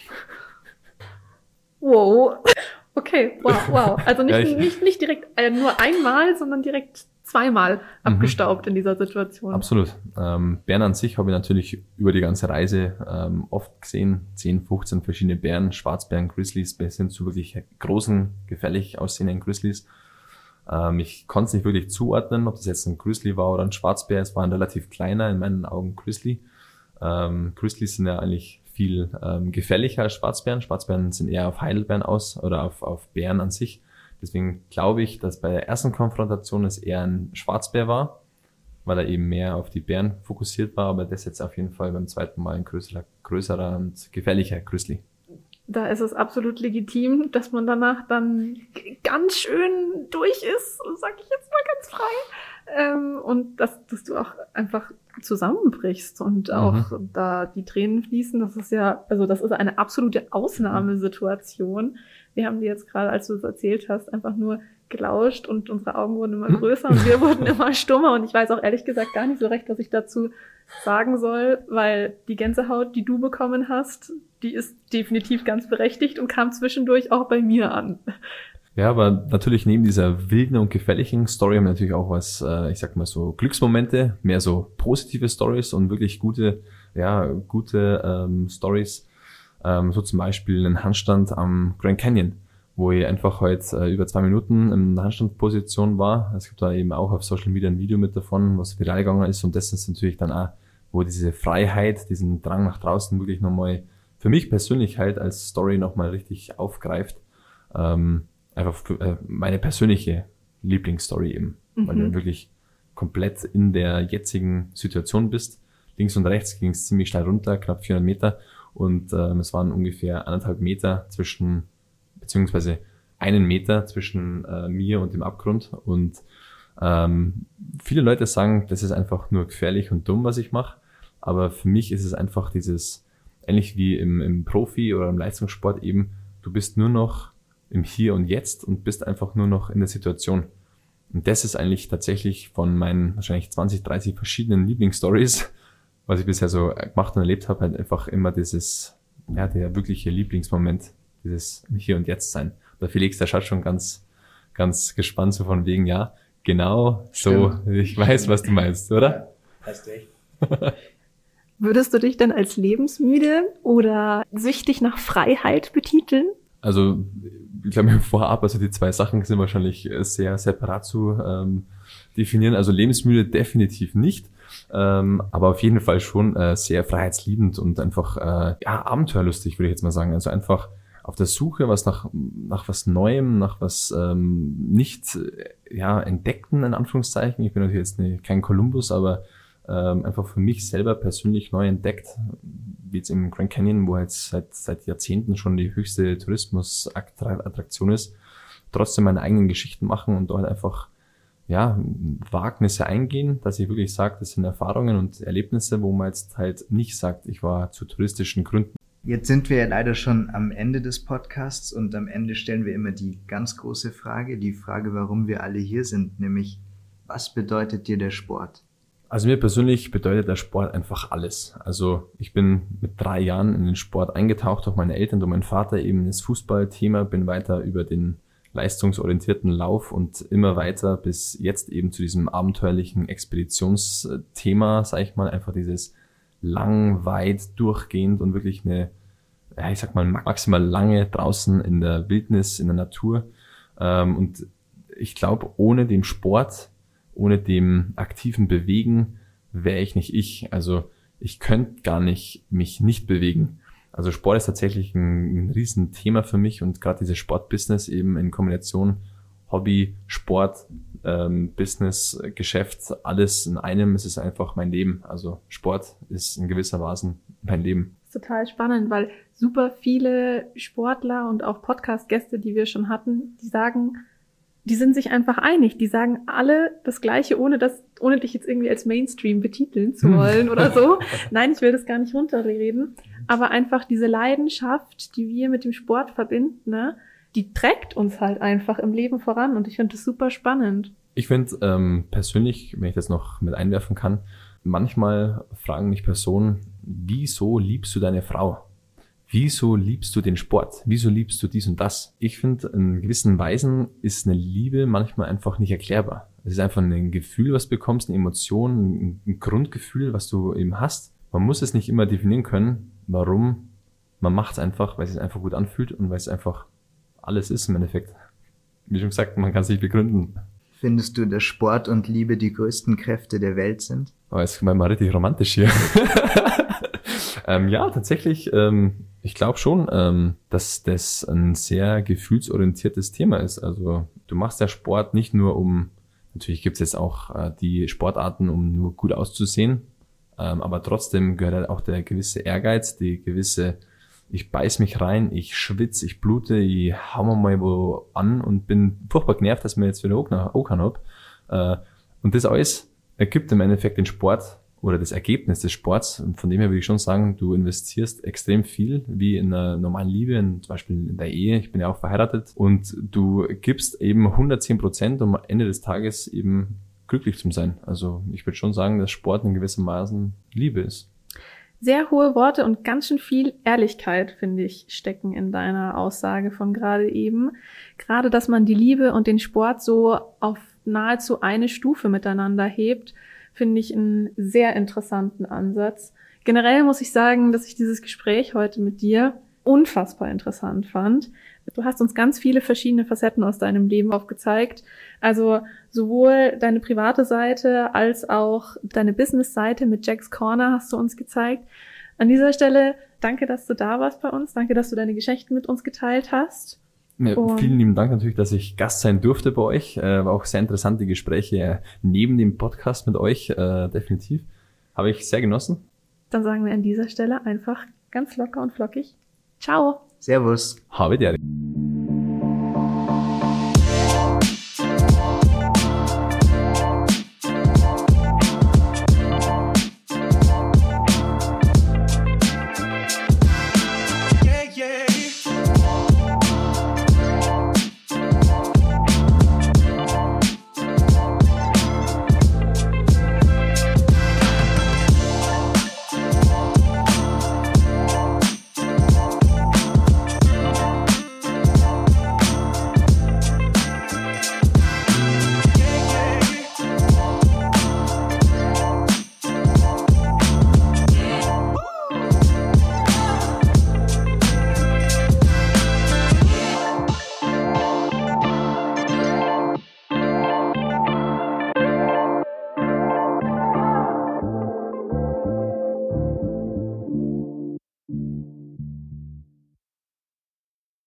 Speaker 1: Wow. Okay, wow. Also nicht direkt nur einmal, sondern direkt zweimal abgestaubt in dieser Situation.
Speaker 2: Absolut. Bären an sich habe ich natürlich über die ganze Reise oft gesehen. 10, 15 verschiedene Bären, Schwarzbären, Grizzlies, bis hin zu wirklich großen, gefährlich aussehenden Grizzlies. Ich konnte es nicht wirklich zuordnen, ob das jetzt ein Grizzly war oder ein Schwarzbär. Es war ein relativ kleiner, in meinen Augen, Grizzly. Grizzlies sind ja eigentlich viel gefährlicher als Schwarzbären. Schwarzbären sind eher auf Heidelbeeren aus oder auf Bären an sich. Deswegen glaube ich, dass bei der ersten Konfrontation es eher ein Schwarzbär war, weil er eben mehr auf die Bären fokussiert war, aber das jetzt auf jeden Fall beim zweiten Mal ein größerer und gefährlicher Grizzly.
Speaker 1: Da ist es absolut legitim, dass man danach dann ganz schön durch ist, sag ich jetzt mal ganz frei. Und dass du auch einfach zusammenbrichst und auch da die Tränen fließen. Das ist eine absolute Ausnahmesituation. Wir haben die jetzt gerade, als du es erzählt hast, einfach nur gelauscht und unsere Augen wurden immer größer und wir wurden immer stummer, und ich weiß auch ehrlich gesagt gar nicht so recht, was ich dazu sagen soll, weil die Gänsehaut, die du bekommen hast, die ist definitiv ganz berechtigt und kam zwischendurch auch bei mir an.
Speaker 2: Ja, aber natürlich neben dieser wilden und gefährlichen Story haben wir natürlich auch was, ich sag mal so Glücksmomente, mehr so positive Stories und wirklich gute Stories. So zum Beispiel ein Handstand am Grand Canyon, wo ich einfach heute über 2 Minuten in der Handstandposition war. Es gibt da eben auch auf Social Media ein Video mit davon, was viral gegangen ist, und das ist natürlich dann auch, wo diese Freiheit, diesen Drang nach draußen wirklich nochmal für mich persönlich halt als Story nochmal richtig aufgreift. Einfach meine persönliche Lieblingsstory eben, weil du wirklich komplett in der jetzigen Situation bist. Links und rechts ging es ziemlich steil runter, knapp 400 Meter, und es waren ungefähr 1,5 Meter beziehungsweise 1 Meter zwischen mir und dem Abgrund, und viele Leute sagen, das ist einfach nur gefährlich und dumm, was ich mache, aber für mich ist es einfach dieses, ähnlich wie im Profi- oder im Leistungssport eben, du bist nur noch im Hier und Jetzt und bist einfach nur noch in der Situation. Und das ist eigentlich tatsächlich von meinen wahrscheinlich 20, 30 verschiedenen Lieblingsstories, was ich bisher so gemacht und erlebt habe, halt einfach immer dieses, der wirkliche Lieblingsmoment, dieses im Hier und Jetzt sein. Der Felix, der schaut schon ganz, ganz gespannt so von wegen, ja, genau, so, ich weiß, was du meinst, oder?
Speaker 3: Hast recht.
Speaker 1: Würdest du dich denn als lebensmüde oder süchtig nach Freiheit betiteln?
Speaker 2: Also, ich glaube, vorab, also die 2 Sachen sind wahrscheinlich sehr separat zu definieren. Also lebensmüde definitiv nicht, aber auf jeden Fall schon sehr freiheitsliebend und einfach abenteuerlustig, würde ich jetzt mal sagen. Also einfach auf der Suche nach was Neuem, nach was nicht Entdeckten, in Anführungszeichen. Ich bin natürlich jetzt kein Kolumbus, aber einfach für mich selber persönlich neu entdeckt, wie jetzt im Grand Canyon, wo halt seit Jahrzehnten schon die höchste Tourismusattraktion ist, trotzdem meine eigenen Geschichten machen und dort einfach Wagnisse eingehen, dass ich wirklich sage, das sind Erfahrungen und Erlebnisse, wo man jetzt halt nicht sagt, ich war zu touristischen Gründen.
Speaker 3: Jetzt sind wir ja leider schon am Ende des Podcasts, und am Ende stellen wir immer die ganz große Frage, die Frage, warum wir alle hier sind, nämlich, was bedeutet dir der Sport?
Speaker 2: Also mir persönlich bedeutet der Sport einfach alles. Also ich bin mit 3 Jahren in den Sport eingetaucht, durch meine Eltern, durch meinen Vater eben das Fußballthema, bin weiter über den leistungsorientierten Lauf und immer weiter bis jetzt eben zu diesem abenteuerlichen Expeditionsthema, sag ich mal, einfach dieses lang, weit, durchgehend und wirklich eine, maximal lange draußen in der Wildnis, in der Natur. Und ich glaube, ohne den Sport, ohne dem aktiven Bewegen wäre ich nicht ich. Also ich könnte gar nicht mich nicht bewegen. Also Sport ist tatsächlich ein Riesenthema für mich, und gerade dieses Sportbusiness eben in Kombination Hobby, Sport, Business, Geschäft, alles in einem, es ist einfach mein Leben. Also Sport ist in gewisser Weise mein Leben.
Speaker 1: ist total spannend, weil super viele Sportler und auch Podcast-Gäste, die wir schon hatten, die sagen, die sind sich einfach einig. Die sagen alle das Gleiche, ohne dich jetzt irgendwie als Mainstream betiteln zu wollen oder so. Nein, ich will das gar nicht runterreden. Aber einfach diese Leidenschaft, die wir mit dem Sport verbinden, ne, die trägt uns halt einfach im Leben voran. Und ich finde das super spannend.
Speaker 2: Ich finde persönlich, wenn ich das noch mit einwerfen kann, manchmal fragen mich Personen, wieso liebst du deine Frau? Wieso liebst du den Sport? Wieso liebst du dies und das? Ich finde, in gewissen Weisen ist eine Liebe manchmal einfach nicht erklärbar. Es ist einfach ein Gefühl, was du bekommst, eine Emotion, ein Grundgefühl, was du eben hast. Man muss es nicht immer definieren können, warum. Man macht es einfach, weil es sich einfach gut anfühlt und weil es einfach alles ist im Endeffekt. Wie schon gesagt, man kann es nicht begründen.
Speaker 3: Findest du, dass Sport und Liebe die größten Kräfte der Welt sind?
Speaker 2: Aber jetzt mal richtig romantisch hier. Ja, tatsächlich, ich glaube schon, dass das ein sehr gefühlsorientiertes Thema ist. Also du machst ja Sport nicht nur natürlich gibt es jetzt auch die Sportarten, um nur gut auszusehen, aber trotzdem gehört halt auch der gewisse Ehrgeiz, die gewisse, ich beiß mich rein, ich schwitze, ich blute, ich hau mir mal wo an und bin furchtbar genervt, dass mir jetzt wieder angehauen hab. Und das alles ergibt im Endeffekt den Sport oder das Ergebnis des Sports. Und von dem her würde ich schon sagen, du investierst extrem viel, wie in einer normalen Liebe, zum Beispiel in der Ehe. Ich bin ja auch verheiratet. Und du gibst eben 110%, um am Ende des Tages eben glücklich zu sein. Also ich würde schon sagen, dass Sport in gewissem Maßen Liebe ist.
Speaker 1: Sehr hohe Worte und ganz schön viel Ehrlichkeit, finde ich, stecken in deiner Aussage von gerade eben. Gerade, dass man die Liebe und den Sport so auf nahezu eine Stufe miteinander hebt, finde ich einen sehr interessanten Ansatz. Generell muss ich sagen, dass ich dieses Gespräch heute mit dir unfassbar interessant fand. Du hast uns ganz viele verschiedene Facetten aus deinem Leben aufgezeigt. Also sowohl deine private Seite als auch deine Business-Seite mit Jack's Corner hast du uns gezeigt. An dieser Stelle danke, dass du da warst bei uns. Danke, dass du deine Geschichten mit uns geteilt hast.
Speaker 2: Ja, vielen lieben Dank natürlich, dass ich Gast sein durfte bei euch. War auch sehr interessante Gespräche neben dem Podcast mit euch, definitiv. Habe ich sehr genossen.
Speaker 1: Dann sagen wir an dieser Stelle einfach ganz locker und flockig. Ciao.
Speaker 3: Servus.
Speaker 2: Habe der.